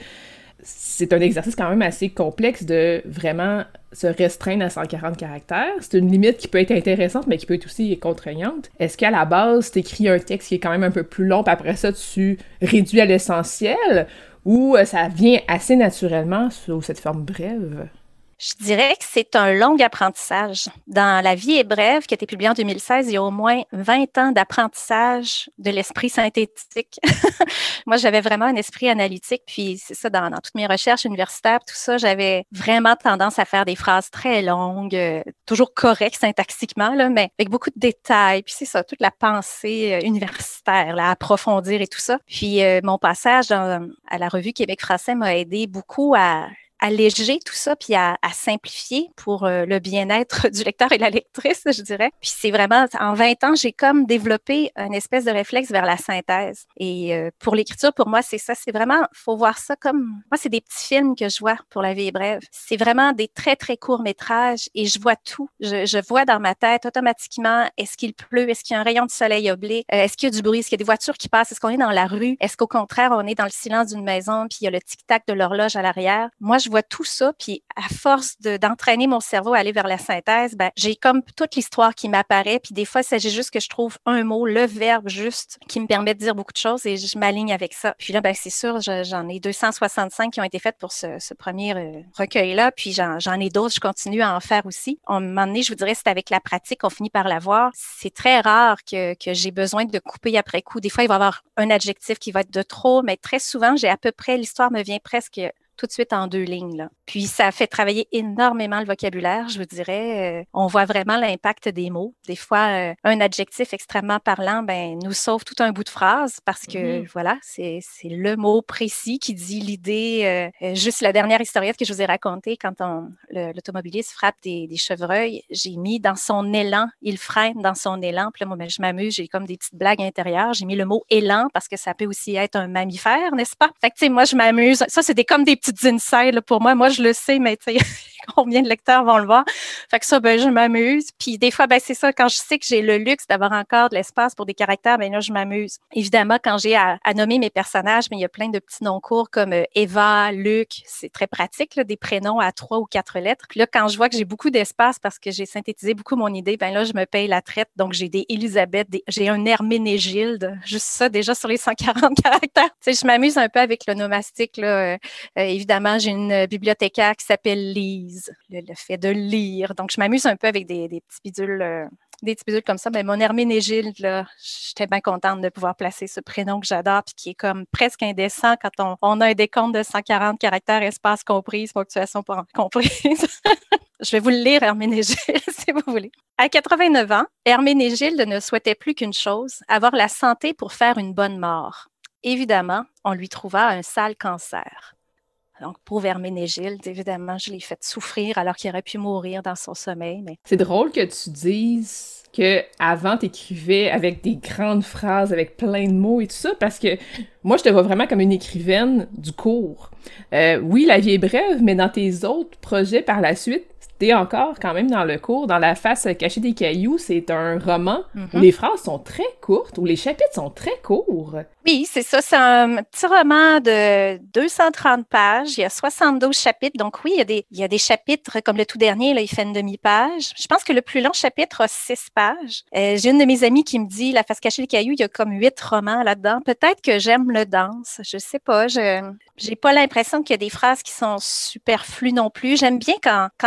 B: c'est un exercice quand même assez complexe de vraiment se restreindre à 140 caractères. C'est une limite qui peut être intéressante, mais qui peut être aussi contraignante. Est-ce qu'à la base, tu écris un texte qui est quand même un peu plus long, puis après ça, tu réduis à l'essentiel, ou ça vient assez naturellement sous cette forme brève?
E: Je dirais que c'est un long apprentissage. Dans La vie est brève, qui a été publiée en 2016, il y a au moins 20 ans d'apprentissage de l'esprit synthétique. Moi, j'avais vraiment un esprit analytique, puis c'est ça, dans toutes mes recherches universitaires, tout ça, j'avais vraiment tendance à faire des phrases très longues, toujours correctes syntaxiquement, là, mais avec beaucoup de détails, puis c'est ça, toute la pensée universitaire, là, à approfondir et tout ça. Puis mon passage à la revue Québec français m'a aidé beaucoup à alléger tout ça, puis à simplifier pour le bien-être du lecteur et la lectrice, je dirais. Puis c'est vraiment, en 20 ans, j'ai comme développé une espèce de réflexe vers la synthèse. Et pour l'écriture, pour moi, c'est ça. C'est vraiment, faut voir ça comme... Moi, c'est des petits films que je vois pour La vie est brève. C'est vraiment des très, très courts métrages et je vois tout. Je vois dans ma tête automatiquement, est-ce qu'il pleut? Est-ce qu'il y a un rayon de soleil oblique? Est-ce qu'il y a du bruit? Est-ce qu'il y a des voitures qui passent? Est-ce qu'on est dans la rue? Est-ce qu'au contraire, on est dans le silence d'une maison puis il y a le tic-tac de l'horloge à l'arrière? Moi, je vois tout ça, puis à force d'entraîner mon cerveau à aller vers la synthèse, ben, j'ai comme toute l'histoire qui m'apparaît, puis des fois, il s'agit juste que je trouve un mot, le verbe juste, qui me permet de dire beaucoup de choses et je m'aligne avec ça. Puis là, ben, c'est sûr, j'en ai 265 qui ont été faites pour ce premier recueil-là, puis j'en ai d'autres, je continue à en faire aussi. À un moment donné, je vous dirais, c'est avec la pratique, on finit par l'avoir. C'est très rare que j'ai besoin de couper après coup. Des fois, il va y avoir un adjectif qui va être de trop, mais très souvent, j'ai à peu près, l'histoire me vient presque tout de suite en 2 lignes, là. Puis, ça fait travailler énormément le vocabulaire, je vous dirais. On voit vraiment l'impact des mots. Des fois, un adjectif extrêmement parlant, ben, nous sauve tout un bout de phrase parce que, voilà, c'est le mot précis qui dit l'idée. Juste la dernière historiette que je vous ai racontée, quand l'automobiliste frappe des chevreuils, j'ai mis dans son élan, il freine dans son élan. Puis là, moi, ben, je m'amuse, j'ai comme des petites blagues intérieures. J'ai mis le mot élan parce que ça peut aussi être un mammifère, n'est-ce pas? Fait que, tu sais, moi, je m'amuse. Ça, c'est comme des petites insides là, pour moi. Moi, je le sais, mais tu sais, combien de lecteurs vont le voir? Fait que ça, ben, je m'amuse. Puis des fois, ben, c'est ça, quand je sais que j'ai le luxe d'avoir encore de l'espace pour des caractères, ben là, je m'amuse. Évidemment, quand j'ai à nommer mes personnages, ben, il y a plein de petits noms courts comme Eva, Luc. C'est très pratique, là, des prénoms à 3 ou 4 lettres. Puis là, quand je vois que j'ai beaucoup d'espace parce que j'ai synthétisé beaucoup mon idée, ben là, je me paye la traite. Donc, j'ai des Élisabeth, j'ai un Herménégilde. Juste ça, déjà sur les 140 caractères. Tu sais, je m'amuse un peu avec l'onomastique, là. Évidemment, j'ai une bibliothécaire qui s'appelle Lise, le fait de lire. Donc, je m'amuse un peu avec des petits bidules. Des petits bidules comme ça. Ben, mon Herménégilde, là, j'étais bien contente de pouvoir placer ce prénom que j'adore puis qui est comme presque indécent quand on a un décompte de 140 caractères, espace comprise, ponctuation comprise. Je vais vous le lire, Herménégilde, si vous voulez. À 89 ans, Herménégilde ne souhaitait plus qu'une chose, avoir la santé pour faire une bonne mort. Évidemment, on lui trouva un sale cancer. Donc, pauvre Herménégilde, évidemment, je l'ai fait souffrir alors qu'il aurait pu mourir dans son sommeil. Mais...
B: C'est drôle que tu dises que avant t'écrivais avec des grandes phrases, avec plein de mots et tout ça, parce que moi, je te vois vraiment comme une écrivaine du court. Oui, La vie est brève, mais dans tes autres projets par la suite, t'es encore quand même dans le court. Dans La face cachée des cailloux, c'est un roman où les phrases sont très courtes, où les chapitres sont très courts.
E: Oui, c'est ça. C'est un petit roman de 230 pages. Il y a 72 chapitres. Donc oui, il y a des chapitres, comme le tout dernier, là, il fait une demi-page. Je pense que le plus long chapitre a 6 pages. J'ai une de mes amies qui me dit, La face cachée des cailloux, il y a comme 8 romans là-dedans. Peut-être que j'aime le danse. Je sais pas. J'ai pas l'impression qu'il y a des phrases qui sont superflues non plus. J'aime bien quand tout est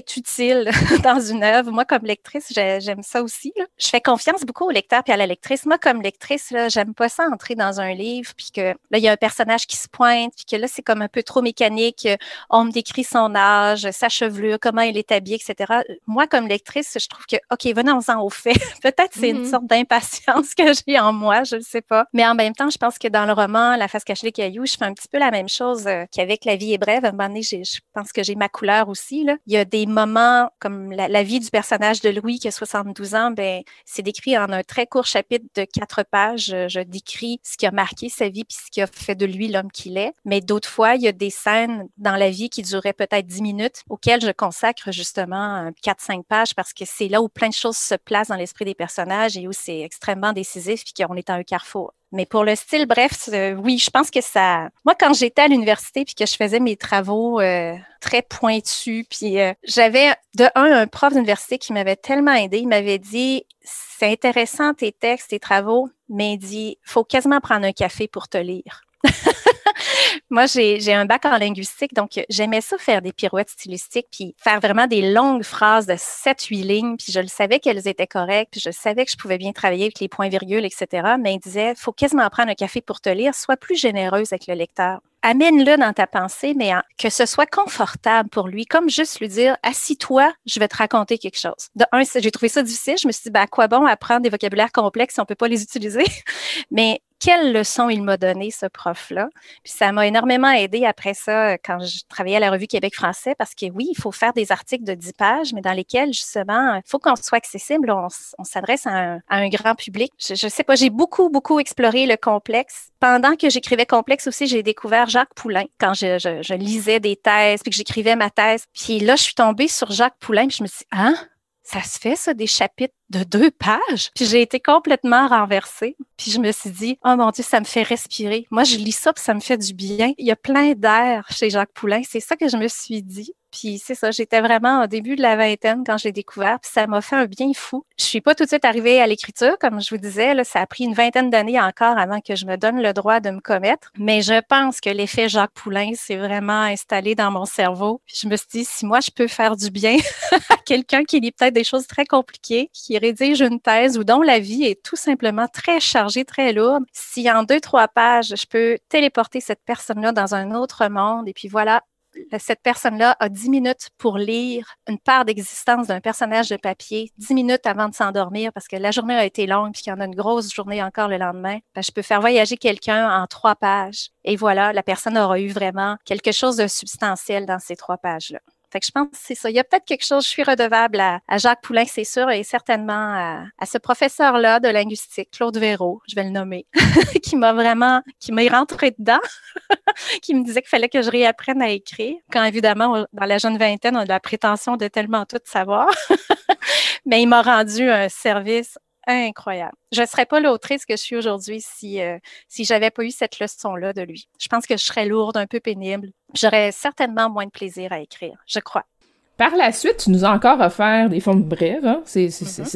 E: être utile dans une œuvre. Moi, comme lectrice, j'aime ça aussi, là. Je fais confiance beaucoup au lecteur puis à la lectrice. Moi, comme lectrice, là, j'aime pas ça entrer dans un livre puis que là, il y a un personnage qui se pointe puis que là, c'est comme un peu trop mécanique. On me décrit son âge, sa chevelure, comment il est habillé, etc. Moi, comme lectrice, je trouve que, OK, venons-en au fait. Peut-être c'est une sorte d'impatience que j'ai en moi, je ne sais pas. Mais en même temps, je pense que dans le roman La face cachée des cailloux, je fais un petit peu la même chose qu'avec La vie est brève. À un moment donné, je pense que j'ai ma couleur aussi, là. Il y a des moments comme la vie du personnage de Louis qui a 72 ans, ben c'est décrit en un très court chapitre de 4 pages. Je décris ce qui a marqué sa vie puis ce qui a fait de lui l'homme qu'il est. Mais d'autres fois, il y a des scènes dans la vie qui duraient peut-être 10 minutes auxquelles je consacre justement 4-5 pages parce que c'est là où plein de choses se placent dans l'esprit des personnages et où c'est extrêmement décisif puis qu'on est à un carrefour. Mais pour le style, bref, oui, je pense que ça... Moi, quand j'étais à l'université puis que je faisais mes travaux très pointus, puis j'avais un prof d'université qui m'avait tellement aidé. Il m'avait dit, c'est intéressant tes textes, tes travaux, mais il dit, faut quasiment prendre un café pour te lire. Moi, j'ai un bac en linguistique, donc j'aimais ça faire des pirouettes stylistiques, puis faire vraiment des longues phrases de 7-8 lignes, puis je le savais qu'elles étaient correctes, puis je savais que je pouvais bien travailler avec les points-virgules, etc. Mais il disait, faut quasiment prendre un café pour te lire, sois plus généreuse avec le lecteur. Amène-le dans ta pensée, mais que ce soit confortable pour lui, comme juste lui dire, assis-toi, je vais te raconter quelque chose. De un, j'ai trouvé ça difficile, je me suis dit, à quoi bon apprendre des vocabulaires complexes si on peut pas les utiliser? Mais quelle leçon il m'a donné, ce prof-là. Puis ça m'a énormément aidé après ça quand je travaillais à la revue Québec français parce que oui, il faut faire des articles de 10 pages, mais dans lesquels, justement, il faut qu'on soit accessible, on s'adresse à un grand public. Je sais pas, j'ai beaucoup exploré le complexe. Pendant que j'écrivais complexe aussi, j'ai découvert Jacques Poulain quand je lisais des thèses puis que j'écrivais ma thèse. Puis là, je suis tombée sur Jacques Poulain puis je me suis dit, hein? Ça se fait, ça, des chapitres de 2 pages? Puis j'ai été complètement renversée. Puis je me suis dit, oh mon Dieu, ça me fait respirer. Moi, je lis ça, puis ça me fait du bien. Il y a plein d'air chez Jacques Poulain. C'est ça que je me suis dit. Puis c'est ça, j'étais vraiment au début de la vingtaine quand j'ai découvert, puis ça m'a fait un bien fou. Je suis pas tout de suite arrivée à l'écriture, comme je vous disais, là, ça a pris une vingtaine d'années encore avant que je me donne le droit de me commettre. Mais je pense que l'effet Jacques Poulain s'est vraiment installé dans mon cerveau. Puis je me suis dit, si moi, je peux faire du bien à quelqu'un qui lit peut-être des choses très compliquées, qui rédige une thèse ou dont la vie est tout simplement très chargée, très lourde, si en 2-3 pages, je peux téléporter cette personne-là dans un autre monde, et puis voilà, cette personne-là a 10 minutes pour lire une part d'existence d'un personnage de papier, 10 minutes avant de s'endormir parce que la journée a été longue puis qu'il y en a une grosse journée encore le lendemain. Ben, je peux faire voyager quelqu'un en 3 pages. Et voilà, la personne aura eu vraiment quelque chose de substantiel dans ces 3 pages-là. Fait que je pense que c'est ça. Il y a peut-être quelque chose, je suis redevable à Jacques Poulain, c'est sûr, et certainement à ce professeur-là de linguistique, Claude Véraud, je vais le nommer, qui m'est rentré dedans, qui me disait qu'il fallait que je réapprenne à écrire. Quand évidemment, dans la jeune vingtaine, on a la prétention de tellement tout savoir. Mais il m'a rendu un service incroyable. Je ne serais pas l'autrice que je suis aujourd'hui si j'avais pas eu cette leçon-là de lui. Je pense que je serais lourde, un peu pénible. J'aurais certainement moins de plaisir à écrire, je crois.
B: Par la suite, tu nous as encore offert des formes brèves, hein? C'est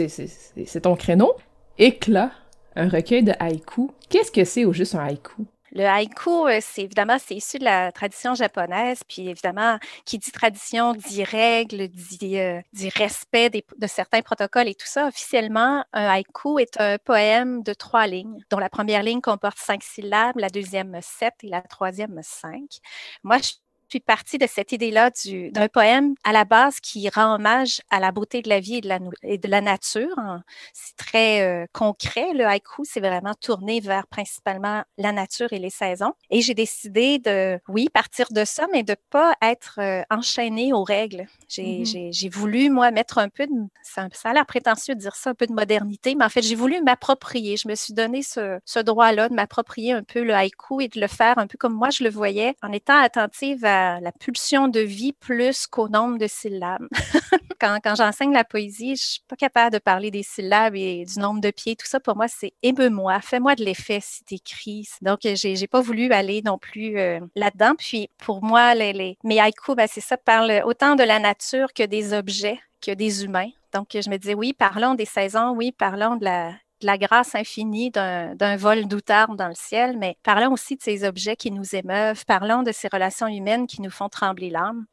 B: ton créneau. Éclat, un recueil de haïkus. Qu'est-ce que c'est au juste un haïku?
E: Le haïku, c'est issu de la tradition japonaise, puis évidemment, qui dit tradition, dit règle, dit respect de certains protocoles et tout ça. Officiellement, un haïku est un poème de 3 lignes, dont la première ligne comporte 5 syllabes, la deuxième 7 et la troisième 5. Moi, je suis partie de cette idée-là d'un poème à la base qui rend hommage à la beauté de la vie et de la nature. C'est très concret, le haïku, c'est vraiment tourné vers principalement la nature et les saisons. Et j'ai décidé de, oui, partir de ça, mais de pas être enchaînée aux règles. J'ai voulu, moi, mettre un peu ça a l'air prétentieux de dire ça, un peu de modernité, mais en fait, j'ai voulu m'approprier. Je me suis donné ce droit-là de m'approprier un peu le haïku et de le faire un peu comme moi je le voyais, en étant attentive à la pulsion de vie plus qu'au nombre de syllabes. Quand j'enseigne la poésie, je suis pas capable de parler des syllabes et du nombre de pieds. Tout ça, pour moi, c'est émeus-moi, fais-moi de l'effet si t'écris. Donc, j'ai pas voulu aller non plus là-dedans. Puis, pour moi, mes haïkus, ben, c'est ça, parlent autant de la nature que des objets, que des humains. Donc, je me disais, oui, parlons des saisons, oui, parlons de la grâce infinie d'un vol d'outarde dans le ciel, mais parlons aussi de ces objets qui nous émeuvent, parlons de ces relations humaines qui nous font trembler l'âme.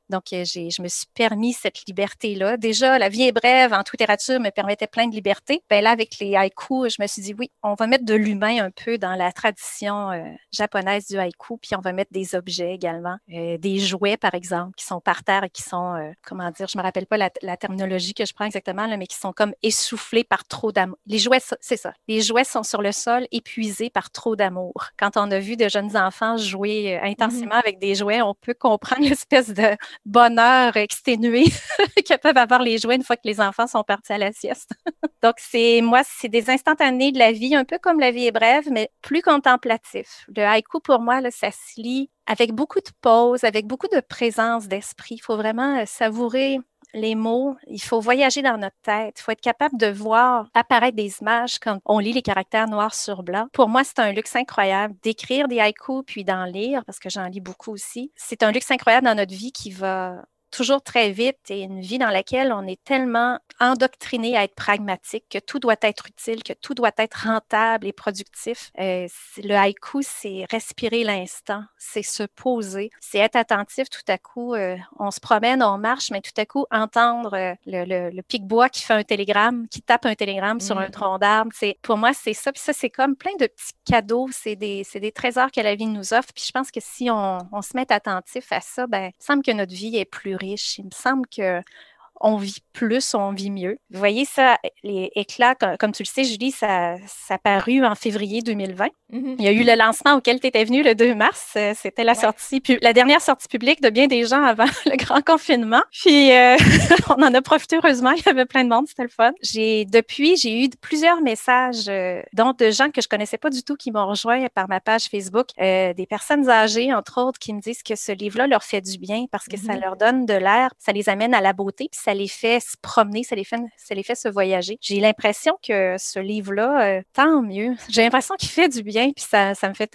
E: Donc, je me suis permis cette liberté-là. Déjà, la vie est brève en littérature me permettait plein de liberté. Ben là, avec les haïkus, je me suis dit, oui, on va mettre de l'humain un peu dans la tradition japonaise du haïku, puis on va mettre des objets également, des jouets, par exemple, qui sont par terre et qui sont, comment dire, je me rappelle pas la terminologie que je prends exactement, là, mais qui sont comme essoufflés par trop d'amour. Les jouets, c'est ça. Les jouets sont sur le sol, épuisés par trop d'amour. Quand on a vu de jeunes enfants jouer intensément avec des jouets, on peut comprendre l'espèce de bonheur exténué que peuvent avoir les jouets une fois que les enfants sont partis à la sieste. Donc, c'est des instantanés de la vie, un peu comme la vie est brève, mais plus contemplatif. Le haïku, pour moi, là, ça se lit avec beaucoup de pause, avec beaucoup de présence d'esprit. Il faut vraiment savourer les mots, il faut voyager dans notre tête, il faut être capable de voir apparaître des images quand on lit les caractères noirs sur blanc. Pour moi, c'est un luxe incroyable d'écrire des haïkus puis d'en lire, parce que j'en lis beaucoup aussi. C'est un luxe incroyable dans notre vie qui va toujours très vite et une vie dans laquelle on est tellement endoctriné à être pragmatique, que tout doit être utile, que tout doit être rentable et productif. Le haïku, c'est respirer l'instant, c'est se poser, c'est être attentif tout à coup. On se promène, on marche, mais tout à coup, entendre le pic-bois qui fait un télégramme, qui tape un télégramme sur un tronc d'arbre. Pour moi, c'est ça. Puis ça, c'est comme plein de petits cadeaux. C'est des trésors que la vie nous offre. Puis je pense que si on se met attentif à ça, ben, il me semble que notre vie est plus riche. Il me semble que on vit plus, on vit mieux. Vous voyez ça, les éclats, comme tu le sais, Julie, ça a paru en février 2020. Il y a eu le lancement auquel tu étais venue le 2 mars. C'était la dernière sortie publique de bien des gens avant le grand confinement. Puis, on en a profité heureusement. Il y avait plein de monde, c'était le fun. Depuis, j'ai eu plusieurs messages, dont de gens que je connaissais pas du tout qui m'ont rejoint par ma page Facebook. Des personnes âgées, entre autres, qui me disent que ce livre-là leur fait du bien parce que ça leur donne de l'air, ça les amène à la beauté, puis ça les fait se promener, ça les fait se voyager. J'ai l'impression que ce livre-là, tant mieux. J'ai l'impression qu'il fait du bien, puis ça me fait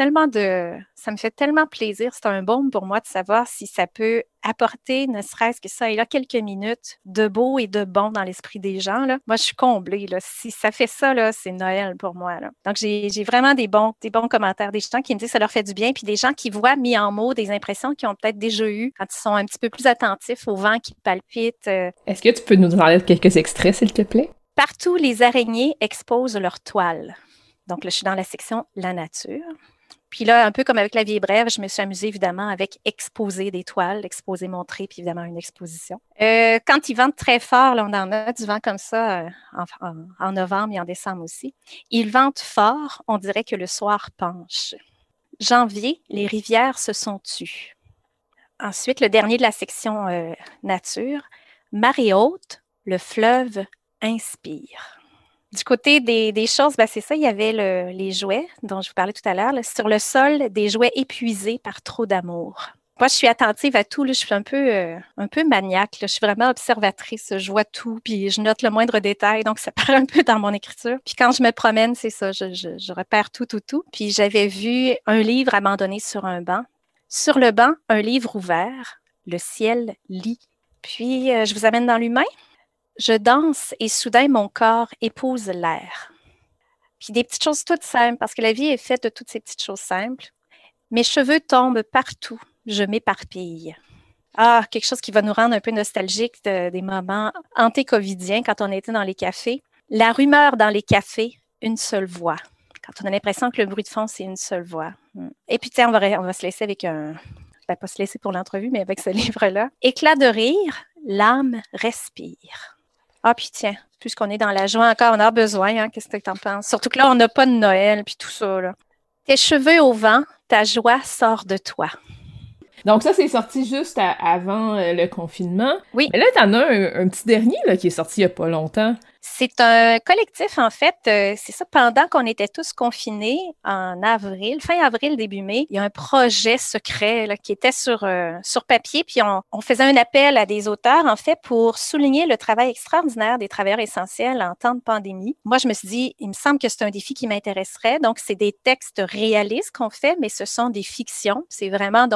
E: tellement plaisir. C'est un baume pour moi de savoir si ça peut apporter, ne serait-ce que ça, et là, quelques minutes de beau et de bon dans l'esprit des gens, là. Moi, je suis comblée, là. Si ça fait ça, là, c'est Noël pour moi, là. Donc, j'ai vraiment des bons commentaires, des gens qui me disent que ça leur fait du bien, puis des gens qui voient mis en mots des impressions qu'ils ont peut-être déjà eues quand ils sont un petit peu plus attentifs au vent qui palpite.
B: Est-ce que tu peux nous en lire quelques extraits, s'il te plaît?
E: Partout, les araignées exposent leurs toiles. Donc là, je suis dans la section « La nature ». Puis là, un peu comme avec La vie est brève, je me suis amusée évidemment avec exposer des toiles, exposer, montrer, puis évidemment une exposition. Quand il vente très fort, là, on en a du vent comme ça en novembre et en décembre aussi. Il vente fort, on dirait que le soir penche. Janvier, les rivières se sont tues. Ensuite, le dernier de la section nature, marée haute, le fleuve inspire. Du côté des choses, ben c'est ça, il y avait les jouets dont je vous parlais tout à l'heure. Sur le sol, des jouets épuisés par trop d'amour. Moi, je suis attentive à tout. Là, je suis un peu maniaque. Là. Je suis vraiment observatrice. Je vois tout, puis je note le moindre détail. Donc, ça paraît un peu dans mon écriture. Puis quand je me promène, c'est ça, je repère tout. Puis j'avais vu un livre abandonné sur un banc. Sur le banc, un livre ouvert. Le ciel lit. Puis, je vous amène dans l'humain. Je danse et soudain mon corps épouse l'air. Puis des petites choses toutes simples, parce que la vie est faite de toutes ces petites choses simples. Mes cheveux tombent partout, je m'éparpille. Ah, quelque chose qui va nous rendre un peu nostalgiques des moments anté-covidiens quand on était dans les cafés. La rumeur dans les cafés, une seule voix. Quand on a l'impression que le bruit de fond, c'est une seule voix. Et puis, tiens, on va se laisser avec pas se laisser pour l'entrevue, mais avec ce livre-là. Éclat de rire, l'âme respire. Ah, puis tiens, puisqu'on est dans la joie encore, on a besoin, hein, qu'est-ce que tu en penses? Surtout que là, on n'a pas de Noël, puis tout ça, là. Tes cheveux au vent, ta joie sort de toi.
B: Donc ça, c'est sorti juste avant le confinement.
E: Oui.
B: Mais là, t'en as un petit dernier là, qui est sorti il y a pas longtemps.
E: C'est un collectif, en fait. C'est ça, pendant qu'on était tous confinés en avril, fin avril, début mai, il y a un projet secret là, qui était sur papier, puis on faisait un appel à des auteurs, en fait, pour souligner le travail extraordinaire des travailleurs essentiels en temps de pandémie. Moi, je me suis dit, il me semble que c'est un défi qui m'intéresserait. Donc, c'est des textes réalistes qu'on fait, mais ce sont des fictions. C'est vraiment, donc,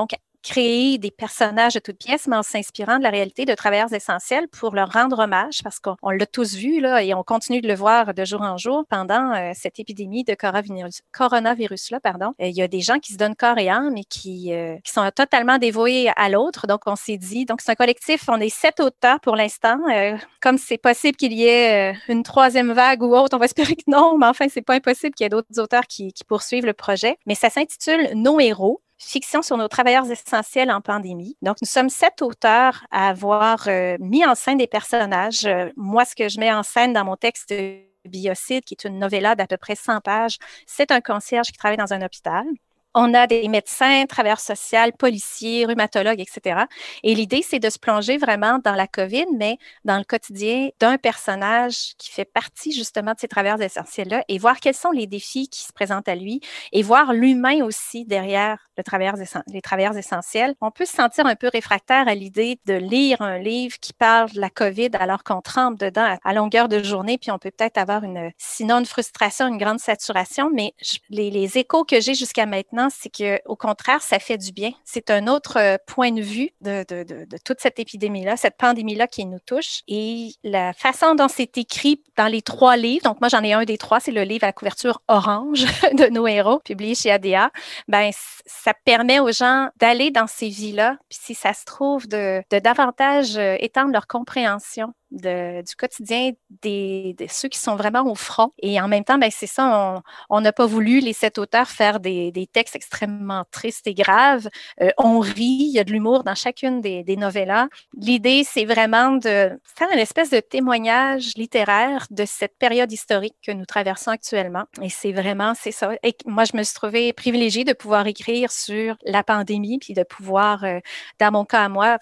E: créer des personnages de toutes pièces, mais en s'inspirant de la réalité de travailleurs essentiels pour leur rendre hommage, parce qu'on l'a tous vu là, et on continue de le voir de jour en jour pendant cette épidémie de coronavirus-là. Il y a des gens qui se donnent corps et âme et qui sont totalement dévoués à l'autre. Donc, on s'est dit, donc c'est un collectif, on est 7 auteurs pour l'instant. Comme c'est possible qu'il y ait une troisième vague ou autre, on va espérer que non, mais enfin, c'est pas impossible qu'il y ait d'autres auteurs qui poursuivent le projet. Mais ça s'intitule Nos héros. Fiction sur nos travailleurs essentiels en pandémie. Donc, nous sommes 7 auteurs à avoir mis en scène des personnages. Moi, ce que je mets en scène dans mon texte Biocide, qui est une novella d'à peu près 100 pages, c'est un concierge qui travaille dans un hôpital. On a des médecins, travailleurs sociaux, policiers, rhumatologues, etc. Et l'idée, c'est de se plonger vraiment dans la COVID, mais dans le quotidien d'un personnage qui fait partie justement de ces travailleurs essentiels-là et voir quels sont les défis qui se présentent à lui et voir l'humain aussi derrière les travailleurs essentiels. On peut se sentir un peu réfractaire à l'idée de lire un livre qui parle de la COVID alors qu'on trempe dedans à longueur de journée, puis on peut peut-être avoir sinon une frustration, une grande saturation, mais les échos que j'ai jusqu'à maintenant, c'est qu'au contraire, ça fait du bien. C'est un autre point de vue de toute cette épidémie-là, cette pandémie-là qui nous touche. Et la façon dont c'est écrit dans les 3 livres, donc moi j'en ai un des 3, c'est le livre à la couverture orange de Nos héros, publié chez ADA, ben ça permet aux gens d'aller dans ces vies-là, puis si ça se trouve, de davantage étendre leur compréhension du quotidien de ceux qui sont vraiment au front. Et en même temps, ben c'est ça, on n'a pas voulu, les 7 auteurs, faire des textes extrêmement tristes et graves. On rit, il y a de l'humour dans chacune des novellas. L'idée, c'est vraiment de faire une espèce de témoignage littéraire de cette période historique que nous traversons actuellement. Et c'est ça. Et moi, je me suis trouvée privilégiée de pouvoir écrire sur la pandémie, puis de pouvoir, dans mon cas à moi,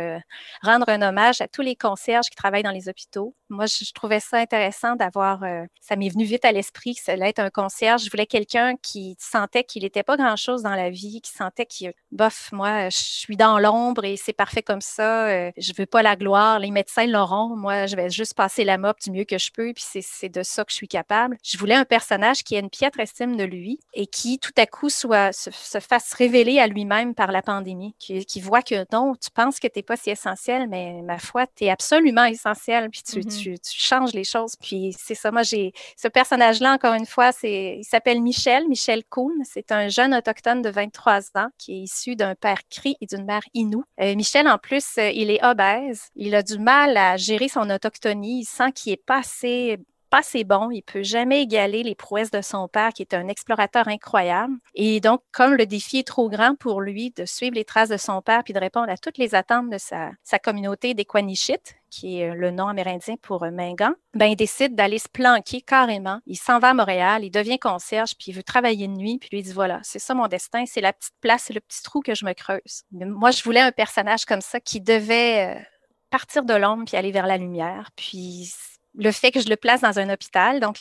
E: rendre un hommage à tous les concierges qui travaillent dans les hôpitaux. Moi, je trouvais ça intéressant d'avoir, ça m'est venu vite à l'esprit que ça allait être un concierge. Je voulais quelqu'un qui sentait qu'il n'était pas grand-chose dans la vie, qui sentait bof, moi, je suis dans l'ombre et c'est parfait comme ça. Je veux pas la gloire. Les médecins l'auront. Moi, je vais juste passer la mop du mieux que je peux, puis c'est de ça que je suis capable. Je voulais un personnage qui ait une piètre estime de lui et qui, tout à coup, se fasse révéler à lui-même par la pandémie, qui voit que non, tu penses que tu n'es pas si essentiel, mais ma foi, tu es absolument essentiel, puis tu changes les choses. Puis c'est ça, moi, ce personnage-là, encore une fois, il s'appelle Michel Kuhn. C'est un jeune autochtone de 23 ans qui est issu d'un père Cri et d'une mère Innu. Michel, en plus, il est obèse. Il a du mal à gérer son autochtonie. Il sent qu'il n'est pas assez bon, il peut jamais égaler les prouesses de son père, qui est un explorateur incroyable. Et donc, comme le défi est trop grand pour lui de suivre les traces de son père puis de répondre à toutes les attentes de sa communauté des Quanichit, qui est le nom amérindien pour Mingan, ben il décide d'aller se planquer carrément. Il s'en va à Montréal, il devient concierge, puis il veut travailler de nuit, puis lui il dit voilà, c'est ça mon destin, c'est la petite place, c'est le petit trou que je me creuse. Mais moi, je voulais un personnage comme ça qui devait partir de l'ombre puis aller vers la lumière. Puis le fait que je le place dans un hôpital, donc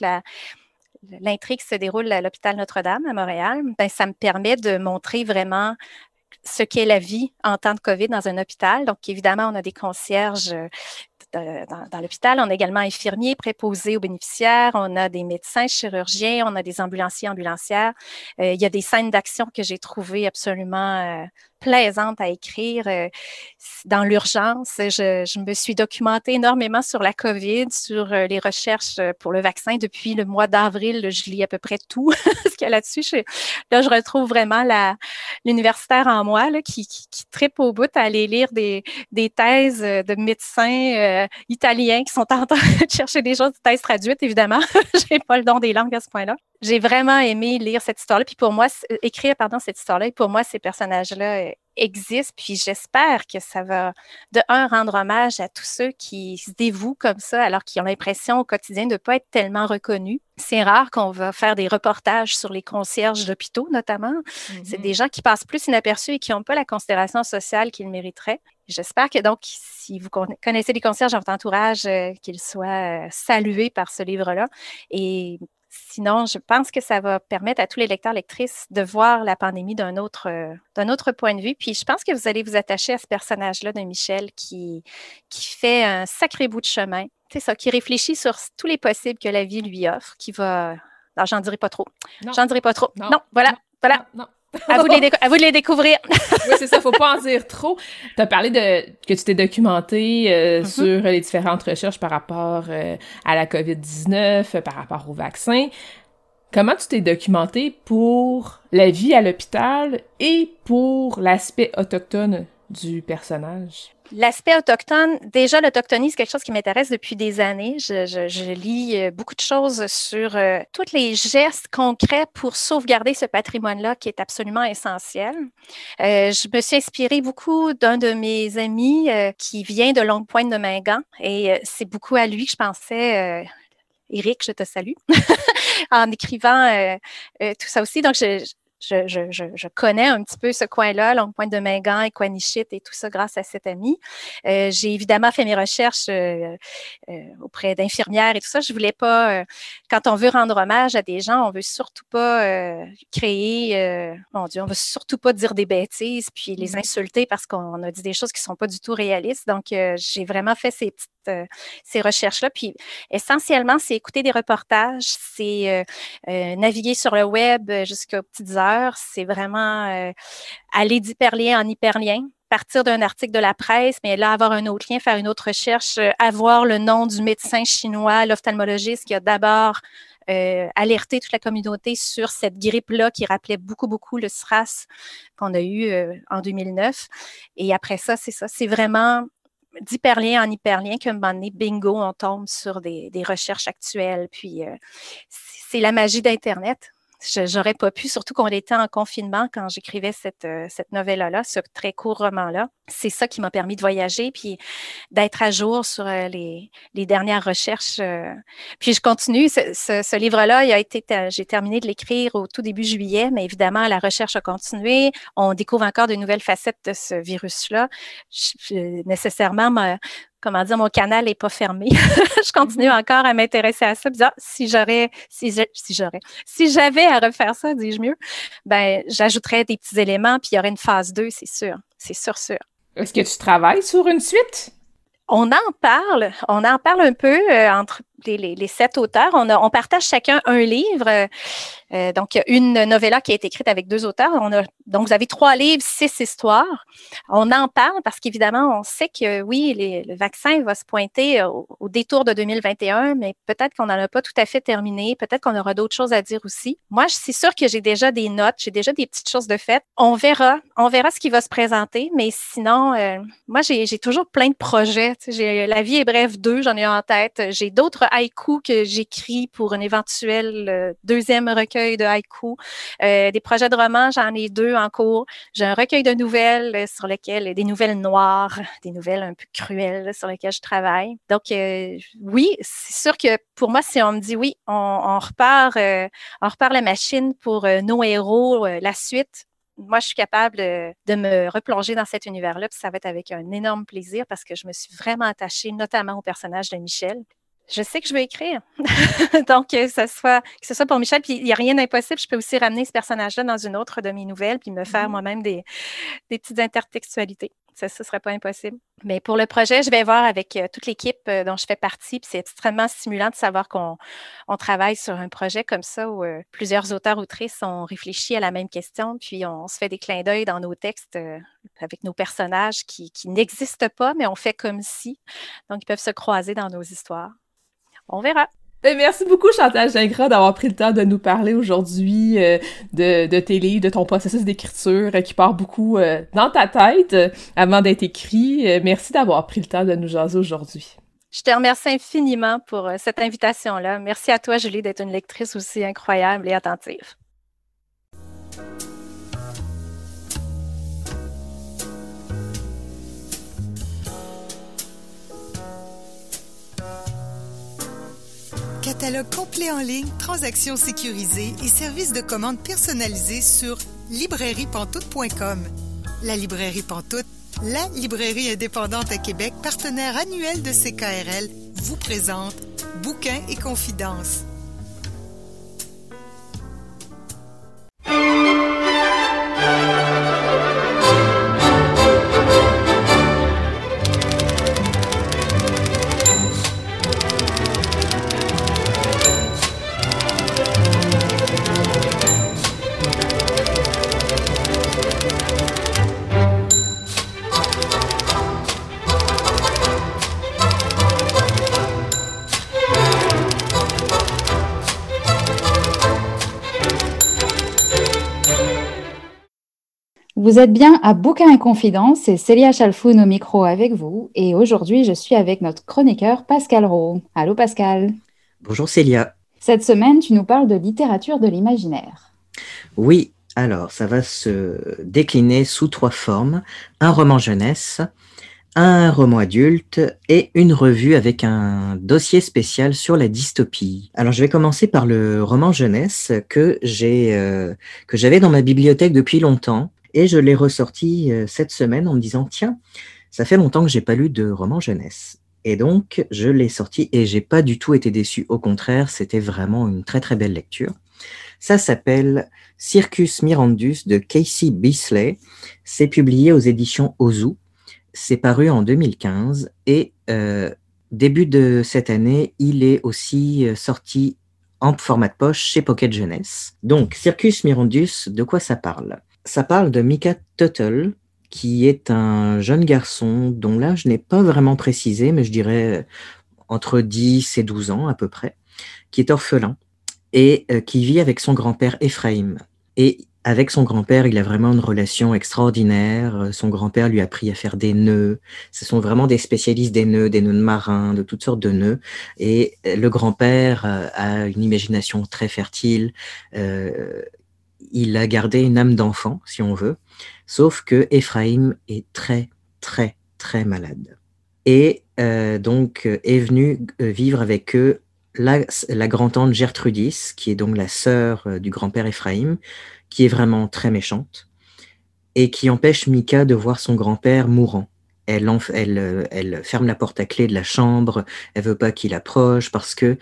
E: l'intrigue se déroule à l'hôpital Notre-Dame à Montréal, ben, ça me permet de montrer vraiment ce qu'est la vie en temps de COVID dans un hôpital. Donc, évidemment, on a des concierges dans l'hôpital. On a également infirmiers préposés aux bénéficiaires. On a des médecins, chirurgiens. On a des ambulanciers, ambulancières. Il y a des scènes d'action que j'ai trouvées absolument plaisantes à écrire. Dans l'urgence, je me suis documentée énormément sur la COVID, sur les recherches pour le vaccin. Depuis le mois d'avril, je lis à peu près tout ce qu'il y a là-dessus. Là, je retrouve vraiment l'universitaire en moi là, qui trippe au bout à aller lire des thèses de médecins italiens qui sont en train de chercher des choses, des thèses traduites, évidemment. J'ai pas le don des langues à ce point-là. J'ai vraiment aimé lire cette histoire-là, puis pour moi, écrire cette histoire-là, et pour moi, ces personnages-là existent, puis j'espère que ça va, de un, rendre hommage à tous ceux qui se dévouent comme ça, alors qu'ils ont l'impression au quotidien de ne pas être tellement reconnus. C'est rare qu'on va faire des reportages sur les concierges d'hôpitaux, notamment. Mm-hmm. C'est des gens qui passent plus inaperçus et qui n'ont pas la considération sociale qu'ils mériteraient. J'espère que donc, si vous connaissez les concierges dans votre entourage, qu'ils soient salués par ce livre-là. Et sinon, je pense que ça va permettre à tous les lecteurs, lectrices de voir la pandémie d'un autre point de vue. Puis je pense que vous allez vous attacher à ce personnage-là de Michel qui fait un sacré bout de chemin. C'est ça, qui réfléchit sur tous les possibles que la vie lui offre, qui va... Non, j'en dirai pas trop. Non, voilà.
B: Non.
E: À vous de les découvrir.
B: Oui, c'est ça, faut pas en dire trop. Tu as parlé que tu t'es documenté sur les différentes recherches par rapport à la COVID-19, par rapport au vaccin. Comment tu t'es documenté pour la vie à l'hôpital et pour l'aspect autochtone du personnage?
E: L'aspect autochtone, déjà, l'autochtonie, c'est quelque chose qui m'intéresse depuis des années. Je lis beaucoup de choses sur tous les gestes concrets pour sauvegarder ce patrimoine-là qui est absolument essentiel. Je me suis inspirée beaucoup d'un de mes amis qui vient de Longue-Pointe-de-Mingan et c'est beaucoup à lui que je pensais. Éric, je te salue, en écrivant tout ça aussi. Donc, je connais un petit peu ce coin-là, Longue-Pointe-de-Mingan, Equanichit et tout ça grâce à cet ami. J'ai évidemment fait mes recherches auprès d'infirmières et tout ça. Je voulais pas, quand on veut rendre hommage à des gens, on veut surtout pas créer, mon Dieu, on veut surtout pas dire des bêtises puis les insulter parce qu'on a dit des choses qui sont pas du tout réalistes. Donc, j'ai vraiment fait ces recherches-là. Puis, essentiellement, c'est écouter des reportages, c'est naviguer sur le web jusqu'aux petites heures. C'est vraiment aller d'hyperlien en hyperlien, partir d'un article de la presse, mais là, avoir un autre lien, faire une autre recherche, avoir le nom du médecin chinois, l'ophtalmologiste qui a d'abord alerté toute la communauté sur cette grippe-là qui rappelait beaucoup, beaucoup le SRAS qu'on a eu en 2009. Et après ça, c'est vraiment d'hyperlien en hyperlien qu'à un moment donné, bingo, on tombe sur des recherches actuelles. Puis, c'est la magie d'Internet. J'aurais pas pu, surtout qu'on était en confinement quand j'écrivais cette novella-là, ce très court roman-là. C'est ça qui m'a permis de voyager puis d'être à jour sur les dernières recherches. Puis je continue. Ce livre-là, j'ai terminé de l'écrire au tout début juillet, mais évidemment, la recherche a continué. On découvre encore de nouvelles facettes de ce virus-là. Nécessairement, mon canal n'est pas fermé. Je continue encore à m'intéresser à ça. Si j'avais à refaire ça, dis-je mieux, ben, j'ajouterais des petits éléments, puis il y aurait une phase 2, c'est sûr. C'est sûr.
B: Est-ce que tu travailles sur une suite?
E: On en parle un peu entre les 7 auteurs. On partage chacun un livre. Donc, il y a une novella qui a été écrite avec 2 auteurs. Donc, vous avez 3 livres, 6 histoires. On en parle parce qu'évidemment, on sait que oui, le vaccin va se pointer au détour de 2021, mais peut-être qu'on n'en a pas tout à fait terminé. Peut-être qu'on aura d'autres choses à dire aussi. Moi, c'est sûr que j'ai déjà des notes, j'ai déjà des petites choses de fait. On verra ce qui va se présenter, mais sinon, moi, j'ai toujours plein de projets. J'ai La vie est brève 2, j'en ai un en tête. J'ai d'autres haïkus que j'écris pour un éventuel 2e recueil de haïkus. Des projets de romans, j'en ai 2 en cours. J'ai un recueil de nouvelles sur lesquelles, des nouvelles noires, des nouvelles un peu cruelles sur lesquelles je travaille. Donc, oui, c'est sûr que pour moi, si on me dit oui, on repart la machine pour nos héros, la suite, moi, je suis capable de me replonger dans cet univers-là, puis ça va être avec un énorme plaisir parce que je me suis vraiment attachée notamment au personnage de Michel. Je sais que je veux écrire. Donc, que ce soit pour Michel, puis il n'y a rien d'impossible. Je peux aussi ramener ce personnage-là dans une autre de mes nouvelles, puis me faire moi-même des petites intertextualités. Ça ne serait pas impossible. Mais pour le projet, je vais voir avec toute l'équipe dont je fais partie. Puis c'est extrêmement stimulant de savoir qu'on travaille sur un projet comme ça où plusieurs auteurs-autrices ont réfléchi à la même question. Puis on se fait des clins d'œil dans nos textes avec nos personnages qui n'existent pas, mais on fait comme si. Donc, ils peuvent se croiser dans nos histoires. On verra.
B: Merci beaucoup, Chantal Gingras, d'avoir pris le temps de nous parler aujourd'hui de tes livres, de ton processus d'écriture qui part beaucoup dans ta tête avant d'être écrit. Merci d'avoir pris le temps de nous jaser aujourd'hui.
E: Je te remercie infiniment pour cette invitation-là. Merci à toi, Julie, d'être une lectrice aussi incroyable et attentive.
A: Catalogue complet en ligne, transactions sécurisées et services de commande personnalisés sur librairiepantoute.com. La librairie Pantoute, la librairie indépendante à Québec, partenaire annuel de CKRL, vous présente Bouquins et confidences.
D: Vous êtes bien à Bouquins et Confidences, c'est Célia Chalfoun au micro avec vous. Et aujourd'hui, je suis avec notre chroniqueur Pascal Rowe. Allô Pascal.
C: Bonjour Célia.
D: Cette semaine, tu nous parles de littérature de l'imaginaire.
C: Oui, alors ça va se décliner sous 3 formes. Un roman jeunesse, un roman adulte et une revue avec un dossier spécial sur la dystopie. Alors je vais commencer par le roman jeunesse que j'avais dans ma bibliothèque depuis longtemps et je l'ai ressorti cette semaine en me disant tiens, ça fait longtemps que j'ai pas lu de roman jeunesse. Et donc je l'ai sorti et j'ai pas du tout été déçu, au contraire, c'était vraiment une très très belle lecture. Ça s'appelle Circus Mirandus de Casey Beasley. C'est publié aux éditions Ozu. C'est paru en 2015 et début de cette année, il est aussi sorti en format de poche chez Pocket Jeunesse. Donc, Circus Mirandus, de quoi ça parle? Ça parle de Micah Tuttle, qui est un jeune garçon dont l'âge n'est pas vraiment précisé, mais je dirais entre 10 et 12 ans à peu près, qui est orphelin et qui vit avec son grand-père Ephraim. Et avec son grand-père, il a vraiment une relation extraordinaire. Son grand-père lui a appris à faire des nœuds. Ce sont vraiment des spécialistes des nœuds de marins, de toutes sortes de nœuds. Et le grand-père a une imagination très fertile. Il a gardé une âme d'enfant, si on veut. Sauf que Ephraim est très, très, très malade. Et donc est venu vivre avec eux la grand-tante Gertrudis, qui est donc la sœur du grand-père Ephraim, qui est vraiment très méchante, et qui empêche Micah de voir son grand-père mourant. Elle ferme la porte à clé de la chambre, elle veut pas qu'il approche, parce que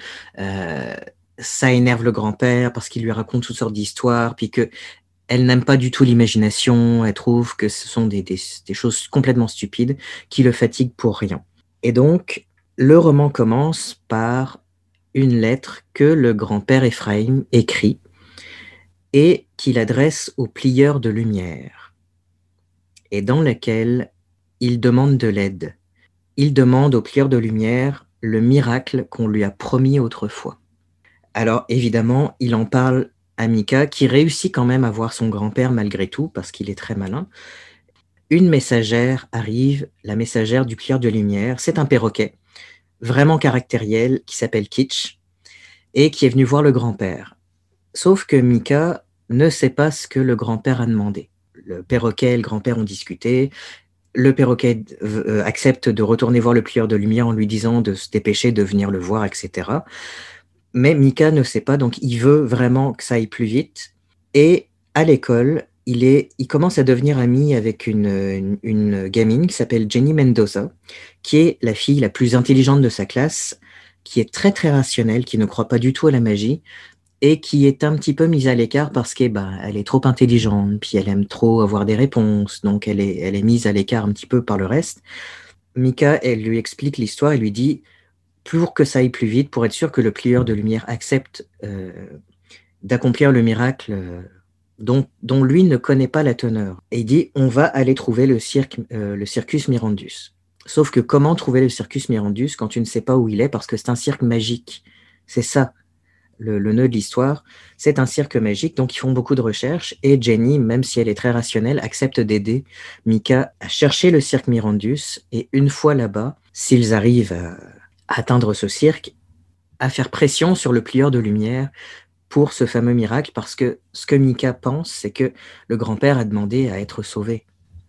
C: ça énerve le grand-père, parce qu'il lui raconte toutes sortes d'histoires, puis que elle n'aime pas du tout l'imagination, elle trouve que ce sont des choses complètement stupides, qui le fatiguent pour rien. Et donc, le roman commence par une lettre que le grand-père Ephraim écrit et qu'il adresse au plieur de lumière, et dans laquelle il demande de l'aide. Il demande au plieur de lumière le miracle qu'on lui a promis autrefois. Alors évidemment, il en parle à Micah, qui réussit quand même à voir son grand-père malgré tout, parce qu'il est très malin. Une messagère arrive, la messagère du plieur de lumière, c'est un perroquet, vraiment caractériel, qui s'appelle Kitsch, et qui est venu voir le grand-père. Sauf que Micah ne sait pas ce que le grand-père a demandé. Le perroquet et le grand-père ont discuté. Le perroquet accepte de retourner voir le plieur de lumière en lui disant de se dépêcher de venir le voir, etc. Mais Micah ne sait pas, donc il veut vraiment que ça aille plus vite. Et à l'école, il commence à devenir ami avec une gamine qui s'appelle Jenny Mendoza, qui est la fille la plus intelligente de sa classe, qui est très très rationnelle, qui ne croit pas du tout à la magie, et qui est un petit peu mise à l'écart parce qu'elle est trop intelligente, puis elle aime trop avoir des réponses, donc elle est mise à l'écart un petit peu par le reste. Micah, elle lui explique l'histoire, elle lui dit, pour que ça aille plus vite, pour être sûr que le plieur de lumière accepte d'accomplir le miracle dont lui ne connaît pas la teneur. Et il dit, on va aller trouver le Circus Mirandus. Sauf que comment trouver le Circus Mirandus quand tu ne sais pas où il est, parce que c'est un cirque magique. C'est ça, le nœud de l'histoire. C'est un cirque magique, donc ils font beaucoup de recherches. Et Jenny, même si elle est très rationnelle, accepte d'aider Micah à chercher le cirque Mirandus. Et une fois là-bas, s'ils arrivent à atteindre ce cirque, à faire pression sur le plieur de lumière pour ce fameux miracle, parce que ce que Micah pense, c'est que le grand-père a demandé à être sauvé,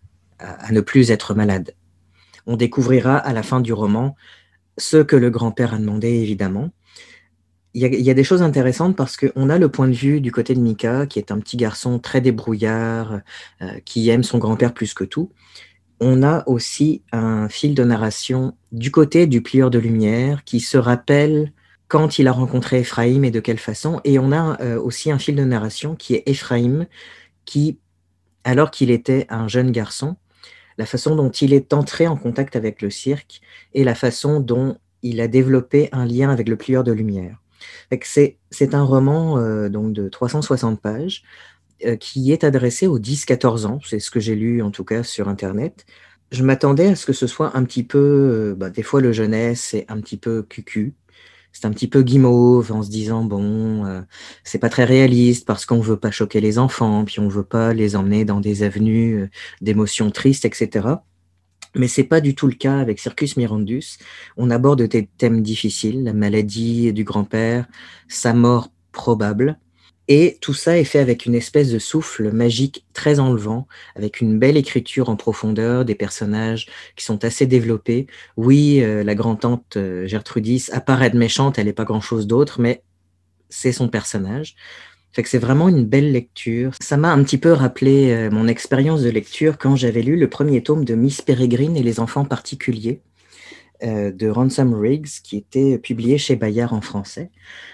C: à ne plus être malade. On découvrira à la fin du roman ce que le grand-père a demandé, évidemment. Il y a des choses intéressantes parce qu'on a le point de vue du côté de Micah, qui est un petit garçon très débrouillard, qui aime son grand-père plus que tout. On a aussi un fil de narration du côté du plieur de lumière qui se rappelle quand il a rencontré Ephraim et de quelle façon. Et on a aussi un fil de narration qui est Ephraim, qui, alors qu'il était un jeune garçon, la façon dont il est entré en contact avec le cirque et la façon dont il a développé un lien avec le plieur de lumière. C'est un roman donc de 360 pages qui est adressé aux 10-14 ans, c'est ce que j'ai lu en tout cas sur Internet. Je m'attendais à ce que ce soit un petit peu, des fois le jeunesse, c'est un petit peu cucu, c'est un petit peu guimauve en se disant, c'est pas très réaliste parce qu'on veut pas choquer les enfants, puis on veut pas les emmener dans des avenues d'émotions tristes, etc. Mais c'est pas du tout le cas avec Circus Mirandus. On aborde des thèmes difficiles, la maladie du grand-père, sa mort probable. Et tout ça est fait avec une espèce de souffle magique très enlevant, avec une belle écriture en profondeur, des personnages qui sont assez développés. Oui, la grand-tante Gertrudis apparaît de méchante, elle n'est pas grand-chose d'autre, mais c'est son personnage. Fait que c'est vraiment une belle lecture. Ça m'a un petit peu rappelé mon expérience de lecture quand j'avais lu le premier tome de Miss Peregrine et les enfants particuliers de Ransom Riggs, qui était publié chez Bayard en français.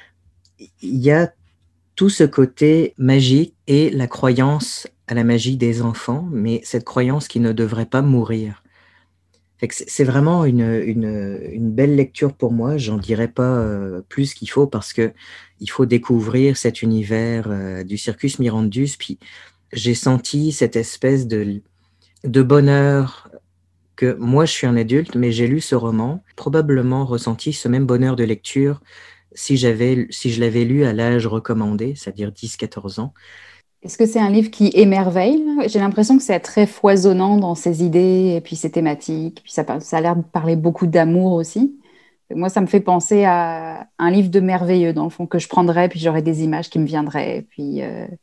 C: Il y a tout ce côté magique et la croyance à la magie des enfants, mais cette croyance qui ne devrait pas mourir. Fait que c'est vraiment une belle lecture pour moi. J'en dirais pas plus qu'il faut parce que il faut découvrir cet univers du Circus Mirandus. Puis j'ai senti cette espèce de bonheur que moi je suis un adulte, mais j'ai lu ce roman, probablement ressenti ce même bonheur de lecture si je l'avais lu à l'âge recommandé, c'est-à-dire 10-14 ans.
D: Est-ce que c'est un livre qui émerveille? J'ai l'impression que c'est très foisonnant dans ses idées et puis ses thématiques. Puis ça a l'air de parler beaucoup d'amour aussi. Moi, ça me fait penser à un livre de merveilleux, dans le fond, que je prendrais, puis j'aurais des images qui me viendraient, puis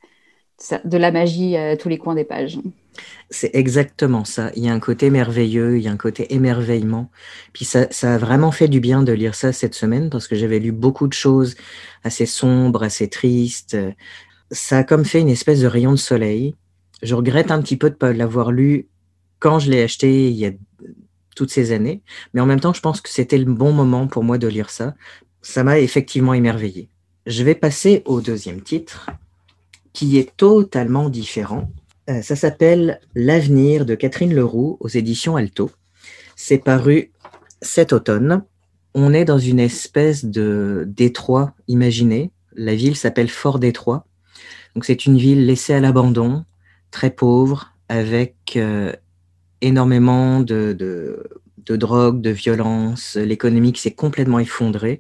D: de la magie à tous les coins des pages.
C: C'est exactement ça. Il y a un côté merveilleux, il y a un côté émerveillement. Puis ça a vraiment fait du bien de lire ça cette semaine parce que j'avais lu beaucoup de choses assez sombres, assez tristes. Ça a comme fait une espèce de rayon de soleil. Je regrette un petit peu de ne pas l'avoir lu quand je l'ai acheté il y a toutes ces années, mais en même temps, je pense que c'était le bon moment pour moi de lire ça. Ça m'a effectivement émerveillé. Je vais passer au deuxième titre, qui est totalement différent. Ça s'appelle L'avenir de Catherine Leroux aux éditions Alto. C'est paru cet automne. On est dans une espèce de Détroit imaginé. La ville s'appelle Fort Détroit. Donc c'est une ville laissée à l'abandon, très pauvre, avec énormément de drogue, de violence. L'économie qui s'est complètement effondrée.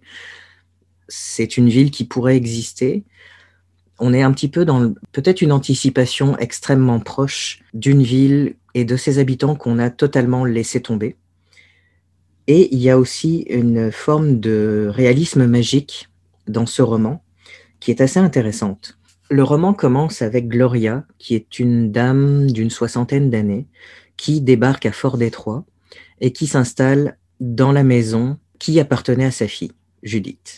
C: C'est une ville qui pourrait exister. On est un petit peu dans peut-être une anticipation extrêmement proche d'une ville et de ses habitants qu'on a totalement laissé tomber. Et il y a aussi une forme de réalisme magique dans ce roman qui est assez intéressante. Le roman commence avec Gloria, qui est une dame d'une 60aine d'années, qui débarque à Fort Détroit et qui s'installe dans la maison qui appartenait à sa fille, Judith.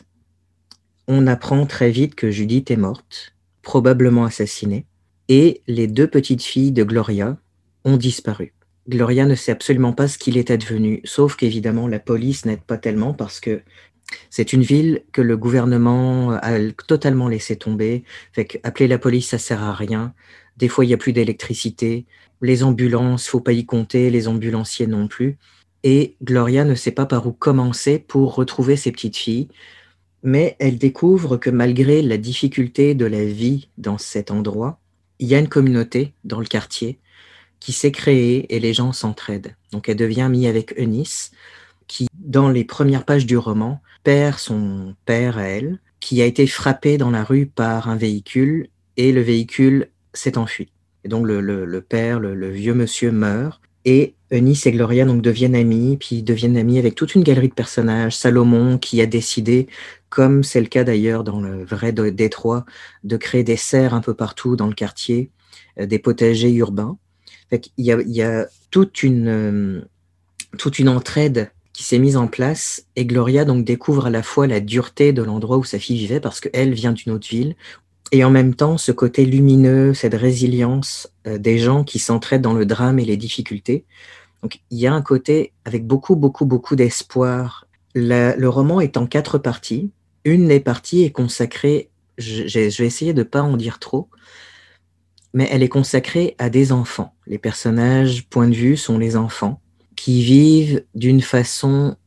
C: On apprend très vite que Judith est morte, probablement assassinée, et les deux petites filles de Gloria ont disparu. Gloria ne sait absolument pas ce qu'il est advenu, sauf qu'évidemment la police n'aide pas tellement parce que c'est une ville que le gouvernement a totalement laissé tomber. Fait qu'appeler la police, ça sert à rien. Des fois, il n'y a plus d'électricité. Les ambulances, faut pas y compter. Les ambulanciers non plus. Et Gloria ne sait pas par où commencer pour retrouver ses petites filles. Mais elle découvre que malgré la difficulté de la vie dans cet endroit, il y a une communauté dans le quartier qui s'est créée et les gens s'entraident. Donc elle devient amie avec Eunice, qui, dans les premières pages du roman, perd son père à elle, qui a été frappé dans la rue par un véhicule, et le véhicule s'est enfui. Et donc le père, le vieux monsieur meurt, et Eunice et Gloria donc deviennent amies, puis deviennent amies avec toute une galerie de personnages. Salomon qui a décidé, comme c'est le cas d'ailleurs dans le vrai Détroit, de créer des serres un peu partout dans le quartier, des potagers urbains. Fait qu'il y a toute une entraide qui s'est mise en place, et Gloria donc découvre à la fois la dureté de l'endroit où sa fille vivait, parce qu'elle vient d'une autre ville, et en même temps ce côté lumineux, cette résilience des gens qui s'entraident dans le drame et les difficultés. Donc il y a un côté avec beaucoup d'espoir. Le roman est en 4 parties. Une des parties est consacrée, je vais essayer de ne pas en dire trop, mais elle est consacrée à des enfants. Les personnages, point de vue, sont les enfants qui vivent d'une façon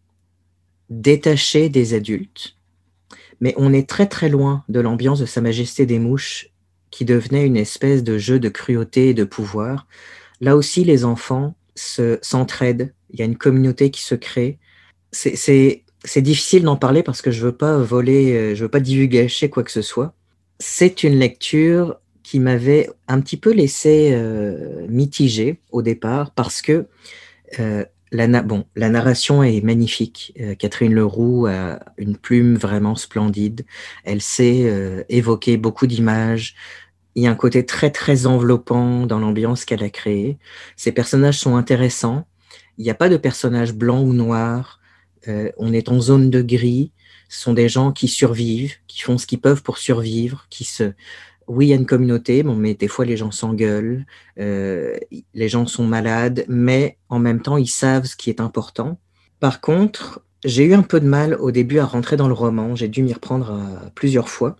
C: détachée des adultes. Mais on est très loin de l'ambiance de Sa Majesté des Mouches, qui devenait une espèce de jeu de cruauté et de pouvoir. Là aussi, les enfants s'entraident. Il y a une communauté qui se crée. C'est c'est difficile d'en parler parce que je veux pas voler, je veux pas divulgacher quoi que ce soit. C'est une lecture qui m'avait un petit peu laissé mitigé au départ parce que la narration est magnifique. Catherine Leroux a une plume vraiment splendide. Elle sait évoquer beaucoup d'images. Il y a un côté très, très enveloppant dans l'ambiance qu'elle a créée. Ces personnages sont intéressants. Il n'y a pas de personnages blancs ou noirs. On est en zone de gris. Ce sont des gens qui survivent, qui font ce qu'ils peuvent pour survivre, Oui, il y a une communauté, bon, mais des fois les gens s'engueulent, les gens sont malades, mais en même temps, ils savent ce qui est important. Par contre, j'ai eu un peu de mal au début à rentrer dans le roman. J'ai dû m'y reprendre plusieurs fois.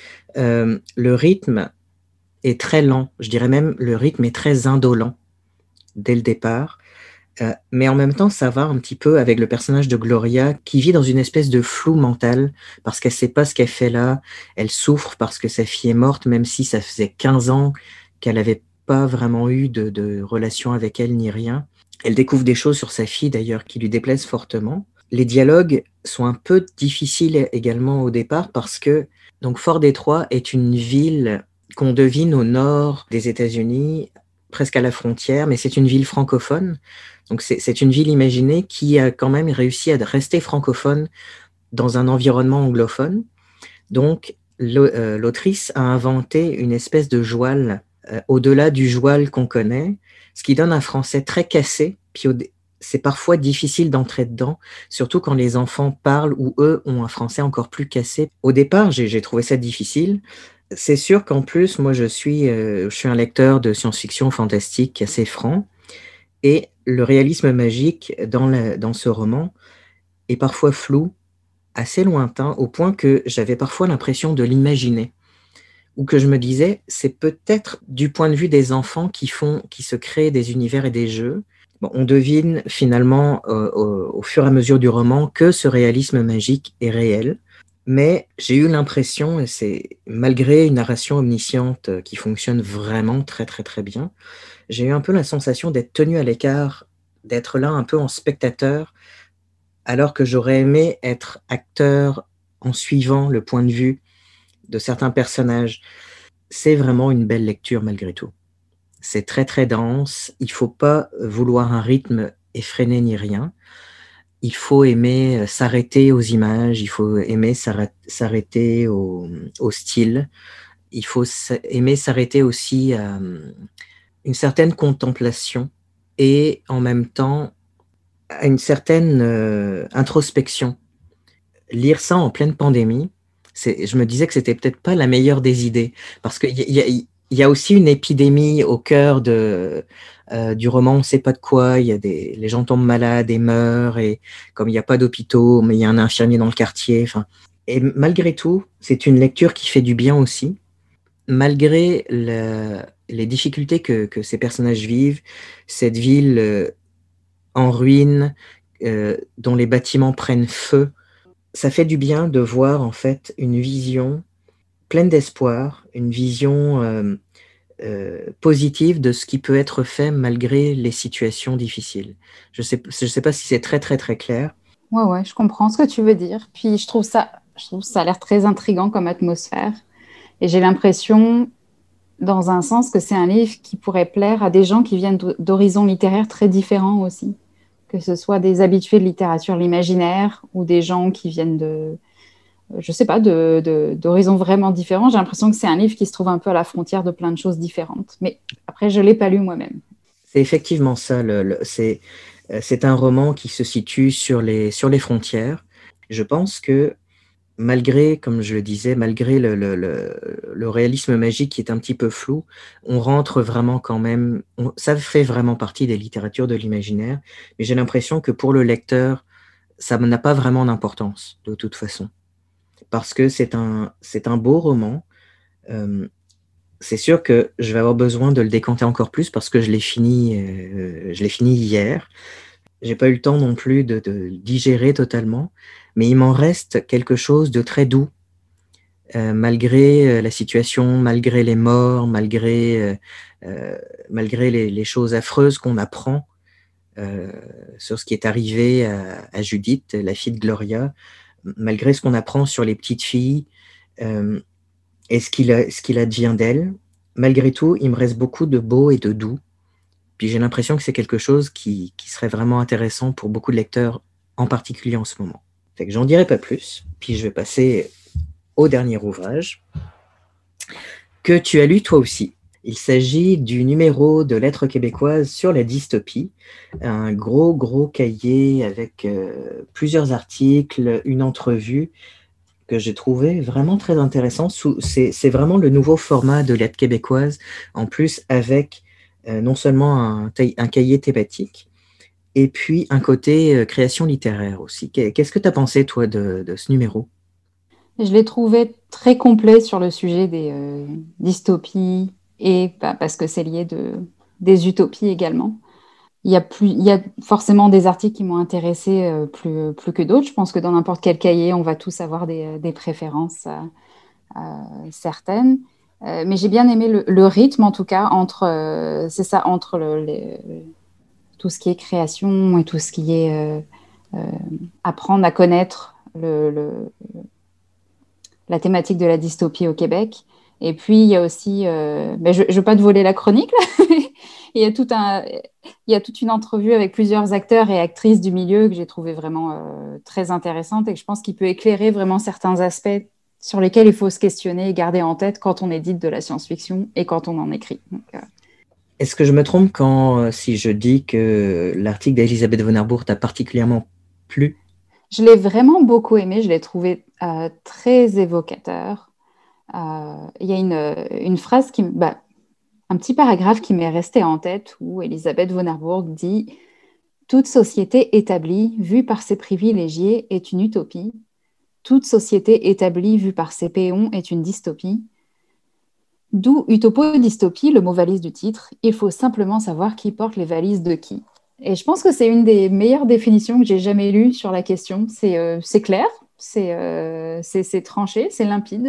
C: Le rythme est très lent. Je dirais même le rythme est très indolent dès le départ. Mais en même temps, ça va un petit peu avec le personnage de Gloria qui vit dans une espèce de flou mental parce qu'elle ne sait pas ce qu'elle fait là. Elle souffre parce que sa fille est morte, même si ça faisait 15 ans qu'elle n'avait pas vraiment eu de relation avec elle ni rien. Elle découvre des choses sur sa fille d'ailleurs qui lui déplaisent fortement. Les dialogues sont un peu difficiles également au départ parce que donc Fort-Détroit est une ville qu'on devine au nord des États-Unis, presque à la frontière, mais c'est une ville francophone. Donc c'est une ville imaginée qui a quand même réussi à rester francophone dans un environnement anglophone. Donc l'autrice a inventé une espèce de joual au-delà du joual qu'on connaît, ce qui donne un français très cassé, puis c'est parfois difficile d'entrer dedans, surtout quand les enfants parlent ou eux ont un français encore plus cassé. Au départ, j'ai trouvé ça difficile. C'est sûr qu'en plus, moi, je suis un lecteur de science-fiction fantastique assez franc, et le réalisme magique dans ce roman est parfois flou, assez lointain, au point que j'avais parfois l'impression de l'imaginer, ou que je me disais, c'est peut-être du point de vue des enfants qui se créent des univers et des jeux. Bon, on devine finalement au fur et à mesure du roman que ce réalisme magique est réel. Mais j'ai eu l'impression, et c'est malgré une narration omnisciente qui fonctionne vraiment très très très bien, j'ai eu un peu la sensation d'être tenu à l'écart, d'être là un peu en spectateur, alors que j'aurais aimé être acteur en suivant le point de vue de certains personnages. C'est vraiment une belle lecture malgré tout. C'est très très dense, il ne faut pas vouloir un rythme effréné ni rien. Il faut aimer s'arrêter aux images, il faut aimer s'arrêter au style, il faut aimer s'arrêter aussi à une certaine contemplation et en même temps à une certaine introspection. Lire ça en pleine pandémie, je me disais que c'était peut-être pas la meilleure des idées parce qu'il y a aussi une épidémie au cœur du roman, on ne sait pas de quoi, les gens tombent malades et meurent, et comme il n'y a pas d'hôpitaux, mais il y a un infirmier dans le quartier. Et malgré tout, c'est une lecture qui fait du bien aussi, malgré les difficultés que ces personnages vivent, cette ville en ruine, dont les bâtiments prennent feu. Ça fait du bien de voir en fait une vision pleine d'espoir, une vision positive de ce qui peut être fait malgré les situations difficiles. Je sais pas si c'est très très très clair.
D: Ouais, je comprends ce que tu veux dire. Puis je trouve ça a l'air très intriguant comme atmosphère. Et j'ai l'impression, dans un sens, que c'est un livre qui pourrait plaire à des gens qui viennent d'horizons littéraires très différents aussi. Que ce soit des habitués de littérature l'imaginaire ou des gens qui viennent je sais pas, d'horizons vraiment différents. J'ai l'impression que c'est un livre qui se trouve un peu à la frontière de plein de choses différentes. Mais après, je ne l'ai pas lu moi-même.
C: C'est effectivement ça. C'est un roman qui se situe sur les frontières. Je pense que malgré, comme je le disais, malgré le réalisme magique qui est un petit peu flou, on rentre vraiment quand même, ça fait vraiment partie des littératures de l'imaginaire, mais j'ai l'impression que pour le lecteur, ça n'a pas vraiment d'importance, de toute façon. Parce que c'est un beau roman. C'est sûr que je vais avoir besoin de le décanter encore plus parce que je l'ai fini hier. J'ai pas eu le temps non plus de le digérer totalement, mais il m'en reste quelque chose de très doux, malgré la situation, malgré les morts, malgré les choses affreuses qu'on apprend. sur ce qui est arrivé à Judith, la fille de Gloria, malgré ce qu'on apprend sur les petites filles et ce qu'il advient d'elles. Malgré tout, il me reste beaucoup de beau et de doux. Puis j'ai l'impression que c'est quelque chose qui serait vraiment intéressant pour beaucoup de lecteurs, en particulier en ce moment. Fait que j'en dirai pas plus, puis je vais passer au dernier ouvrage que tu as lu toi aussi. Il s'agit du numéro de Lettres québécoises sur la dystopie, un gros cahier avec plusieurs articles, une entrevue que j'ai trouvé vraiment très intéressant. C'est vraiment le nouveau format de Lettres québécoises, en plus avec non seulement un cahier thématique, et puis un côté création littéraire aussi. Qu'est-ce que tu as pensé, toi, de ce numéro?
D: Je l'ai trouvé très complet sur le sujet des dystopies et parce que c'est lié des utopies également. Il y a forcément des articles qui m'ont intéressé plus que d'autres. Je pense que dans n'importe quel cahier, on va tous avoir des préférences certaines. Mais j'ai bien aimé le rythme, en tout cas, entre tout ce qui est création et tout ce qui est apprendre à connaître la thématique de la dystopie au Québec. Et puis, il y a aussi, je ne veux pas te voler la chronique, là. Il y a toute une entrevue avec plusieurs acteurs et actrices du milieu que j'ai trouvé vraiment très intéressante et que je pense qu'il peut éclairer vraiment certains aspects sur lesquels il faut se questionner et garder en tête quand on édite de la science-fiction et quand on en écrit. Donc,
C: est-ce que je me trompe si je dis que l'article d'Elisabeth Von Arbour t'a particulièrement plu?
D: Je l'ai vraiment beaucoup aimé, je l'ai trouvé très évocateur. Il y a une phrase un petit paragraphe qui m'est resté en tête où Elisabeth Von Arbour dit « Toute société établie, vue par ses privilégiés, est une utopie. Toute société établie, vue par ses péons, est une dystopie. D'où utopo-dystopie, le mot valise du titre. Il faut simplement savoir qui porte les valises de qui. » Et je pense que c'est une des meilleures définitions que j'ai jamais lues sur la question. C'est clair, c'est tranché, c'est limpide.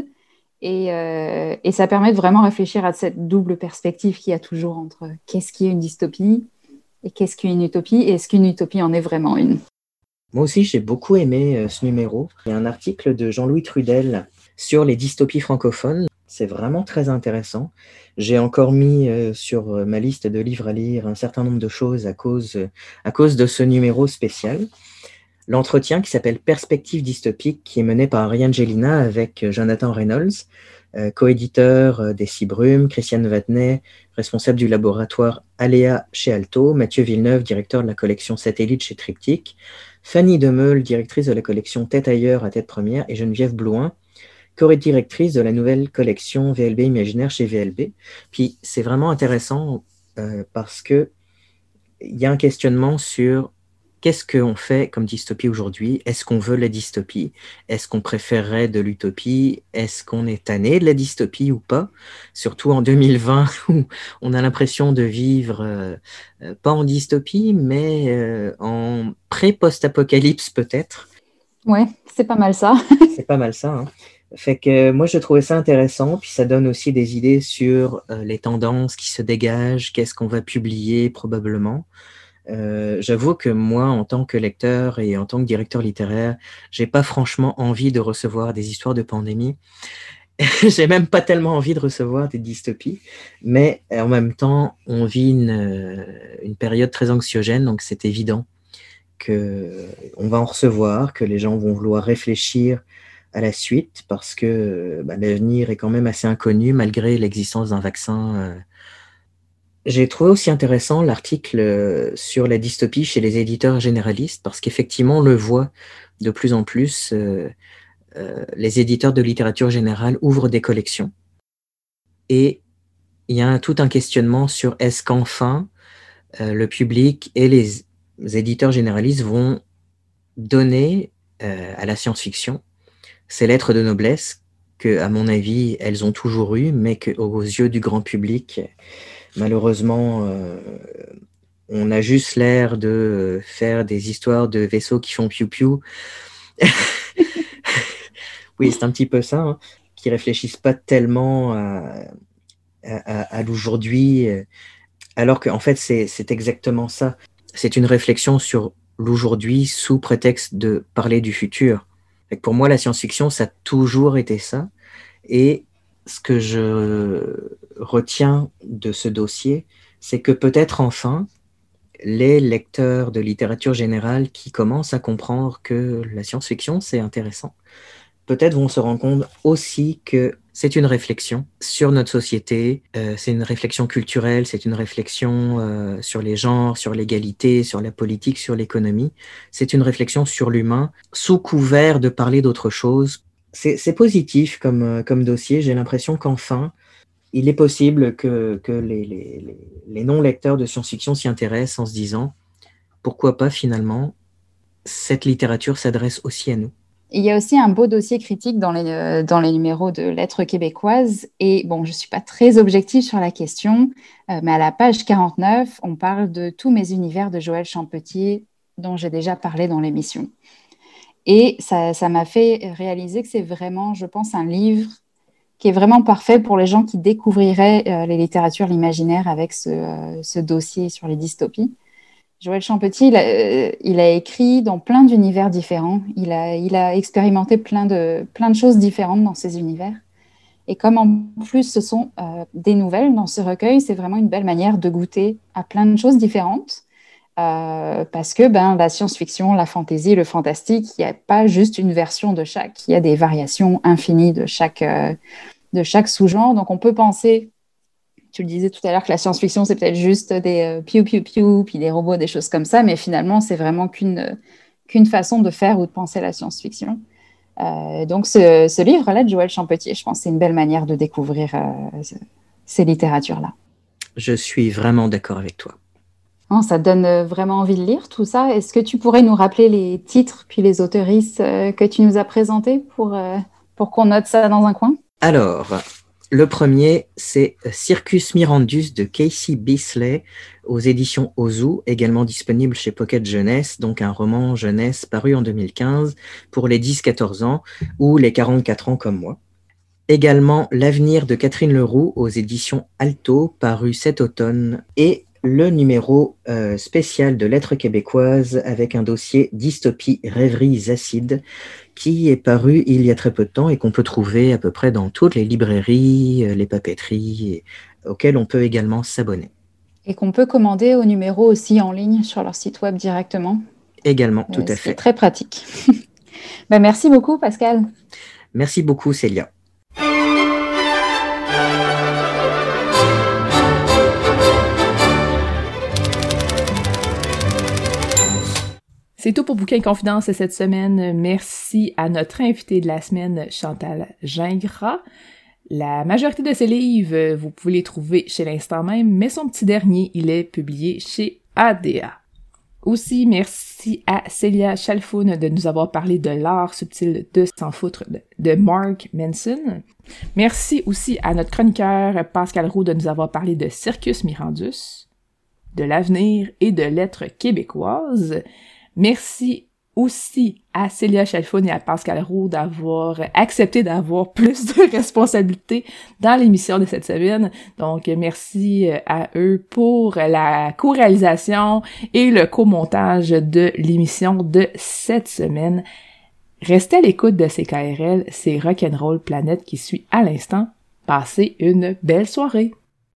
D: Et ça permet de vraiment réfléchir à cette double perspective qu'il y a toujours entre qu'est-ce qui est une dystopie et qu'est-ce qu'une utopie et est-ce qu'une utopie en est vraiment une.
C: Moi aussi, j'ai beaucoup aimé ce numéro. Il y a un article de Jean-Louis Trudel sur les dystopies francophones. C'est vraiment très intéressant. J'ai encore mis sur ma liste de livres à lire un certain nombre de choses à cause de ce numéro spécial. L'entretien qui s'appelle Perspective dystopique, qui est mené par Ariane Gélina avec Jonathan Reynolds, coéditeur des Cibrumes, Christiane Vatnet, responsable du laboratoire Aléa chez Alto, Mathieu Villeneuve, directeur de la collection Satellite chez Triptyque, Fanny Demeule, directrice de la collection Tête ailleurs à Tête première, et Geneviève Blouin, co-directrice de la nouvelle collection VLB Imaginaire chez VLB. Puis c'est vraiment intéressant parce que il y a un questionnement sur qu'est-ce qu'on fait comme dystopie aujourd'hui? Est-ce qu'on veut la dystopie? Est-ce qu'on préférerait de l'utopie? Est-ce qu'on est tanné de la dystopie ou pas? Surtout en 2020 où on a l'impression de vivre pas en dystopie, mais en pré-post-apocalypse peut-être.
D: Ouais, c'est pas mal ça.
C: C'est pas mal ça, hein. Fait que moi, je trouvais ça intéressant, puis ça donne aussi des idées sur les tendances qui se dégagent, qu'est-ce qu'on va publier probablement. J'avoue que moi, en tant que lecteur et en tant que directeur littéraire, j'ai pas franchement envie de recevoir des histoires de pandémie. J'ai même pas tellement envie de recevoir des dystopies, mais en même temps, on vit une période très anxiogène, donc c'est évident qu'on va en recevoir, que les gens vont vouloir réfléchir à la suite parce que l'avenir est quand même assez inconnu malgré l'existence d'un vaccin. J'ai trouvé aussi intéressant l'article sur la dystopie chez les éditeurs généralistes parce qu'effectivement, on le voit de plus en plus, les éditeurs de littérature générale ouvrent des collections et il y a tout un questionnement sur est-ce qu'enfin le public et les éditeurs généralistes vont donner à la science-fiction ces lettres de noblesse que, à mon avis, elles ont toujours eues, mais qu'aux yeux du grand public, malheureusement, on a juste l'air de faire des histoires de vaisseaux qui font piou-piou. Oui, c'est un petit peu ça, hein, qui réfléchissent pas tellement à l'aujourd'hui, alors qu'en fait, c'est exactement ça. c'est une réflexion sur l'aujourd'hui sous prétexte de parler du futur. Et pour moi, la science-fiction, ça a toujours été ça. Et ce que je retiens de ce dossier, c'est que peut-être enfin, les lecteurs de littérature générale qui commencent à comprendre que la science-fiction, c'est intéressant, peut-être vont se rendre compte aussi que c'est une réflexion sur notre société, c'est une réflexion culturelle, c'est une réflexion sur les genres, sur l'égalité, sur la politique, sur l'économie. C'est une réflexion sur l'humain, sous couvert de parler d'autre chose. C'est positif comme dossier. J'ai l'impression qu'enfin, il est possible que les non-lecteurs de science-fiction s'y intéressent en se disant « Pourquoi pas finalement, cette littérature s'adresse aussi à nous ?»
D: Il y a aussi un beau dossier critique dans les numéros de Lettres québécoises. Et bon, je ne suis pas très objective sur la question, mais à la page 49, on parle de Tous mes univers de Joël Champetier, dont j'ai déjà parlé dans l'émission. Et ça m'a fait réaliser que c'est vraiment, je pense, un livre qui est vraiment parfait pour les gens qui découvriraient les littératures, l'imaginaire avec ce dossier sur les dystopies. Joël Champetier, il a écrit dans plein d'univers différents. Il a expérimenté plein de choses différentes dans ces univers. Et comme en plus ce sont des nouvelles dans ce recueil, c'est vraiment une belle manière de goûter à plein de choses différentes. Parce que la science-fiction, la fantasy, le fantastique, il n'y a pas juste une version de chaque. Il y a des variations infinies de chaque sous-genre. Donc on peut penser... Tu le disais tout à l'heure que la science-fiction, c'est peut-être juste des piou-piou-piou, puis des robots, des choses comme ça, mais finalement, c'est vraiment qu'une façon de faire ou de penser la science-fiction. Donc, ce livre-là de Joël Champetier, je pense que c'est une belle manière de découvrir ces littératures-là.
C: Je suis vraiment d'accord avec toi.
D: Oh, ça donne vraiment envie de lire tout ça. Est-ce que tu pourrais nous rappeler les titres puis les auteurices que tu nous as présentés pour qu'on note ça dans un coin?
C: Alors... Le premier, c'est Circus Mirandus de Casey Beasley aux éditions Ozu, également disponible chez Pocket Jeunesse, donc un roman jeunesse paru en 2015 pour les 10-14 ans ou les 44 ans comme moi. Également L'avenir de Catherine Leroux aux éditions Alto, paru cet automne, et le numéro spécial de Lettres québécoises avec un dossier Dystopie, rêveries acides qui est paru il y a très peu de temps et qu'on peut trouver à peu près dans toutes les librairies, les papeteries, auxquelles on peut également s'abonner.
D: Et qu'on peut commander au numéro aussi en ligne sur leur site web directement.
C: Également, tout à fait.
D: C'est très pratique. Merci beaucoup, Pascal.
C: Merci beaucoup, Célia.
B: C'est tout pour Bouquin Confidence cette semaine. Merci à notre invité de la semaine, Chantal Gingras. La majorité de ses livres, vous pouvez les trouver chez l'Instant même, mais son petit dernier, il est publié chez ADA. Aussi, merci à Célia Chalfoun de nous avoir parlé de l'art subtil de s'en foutre de Mark Manson. Merci aussi à notre chroniqueur Pascal Roux de nous avoir parlé de Circus Mirandus, de l'avenir et de lettres québécoises. Merci aussi à Célia Chalfoun et à Pascal Roux d'avoir accepté d'avoir plus de responsabilités dans l'émission de cette semaine. Donc, merci à eux pour la co-réalisation et le co-montage de l'émission de cette semaine. Restez à l'écoute de CKRL, c'est Rock'n'Roll Planète qui suit à l'instant. Passez une belle soirée!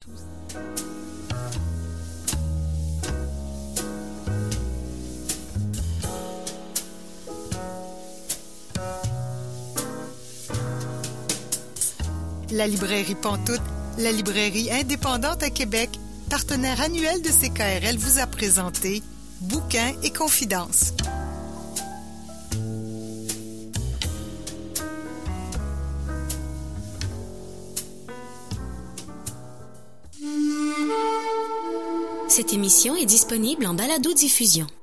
A: La librairie Pantoute, la librairie indépendante à Québec, partenaire annuel de CKRL, vous a présenté Bouquins et Confidences.
F: Cette émission est disponible en balado-diffusion.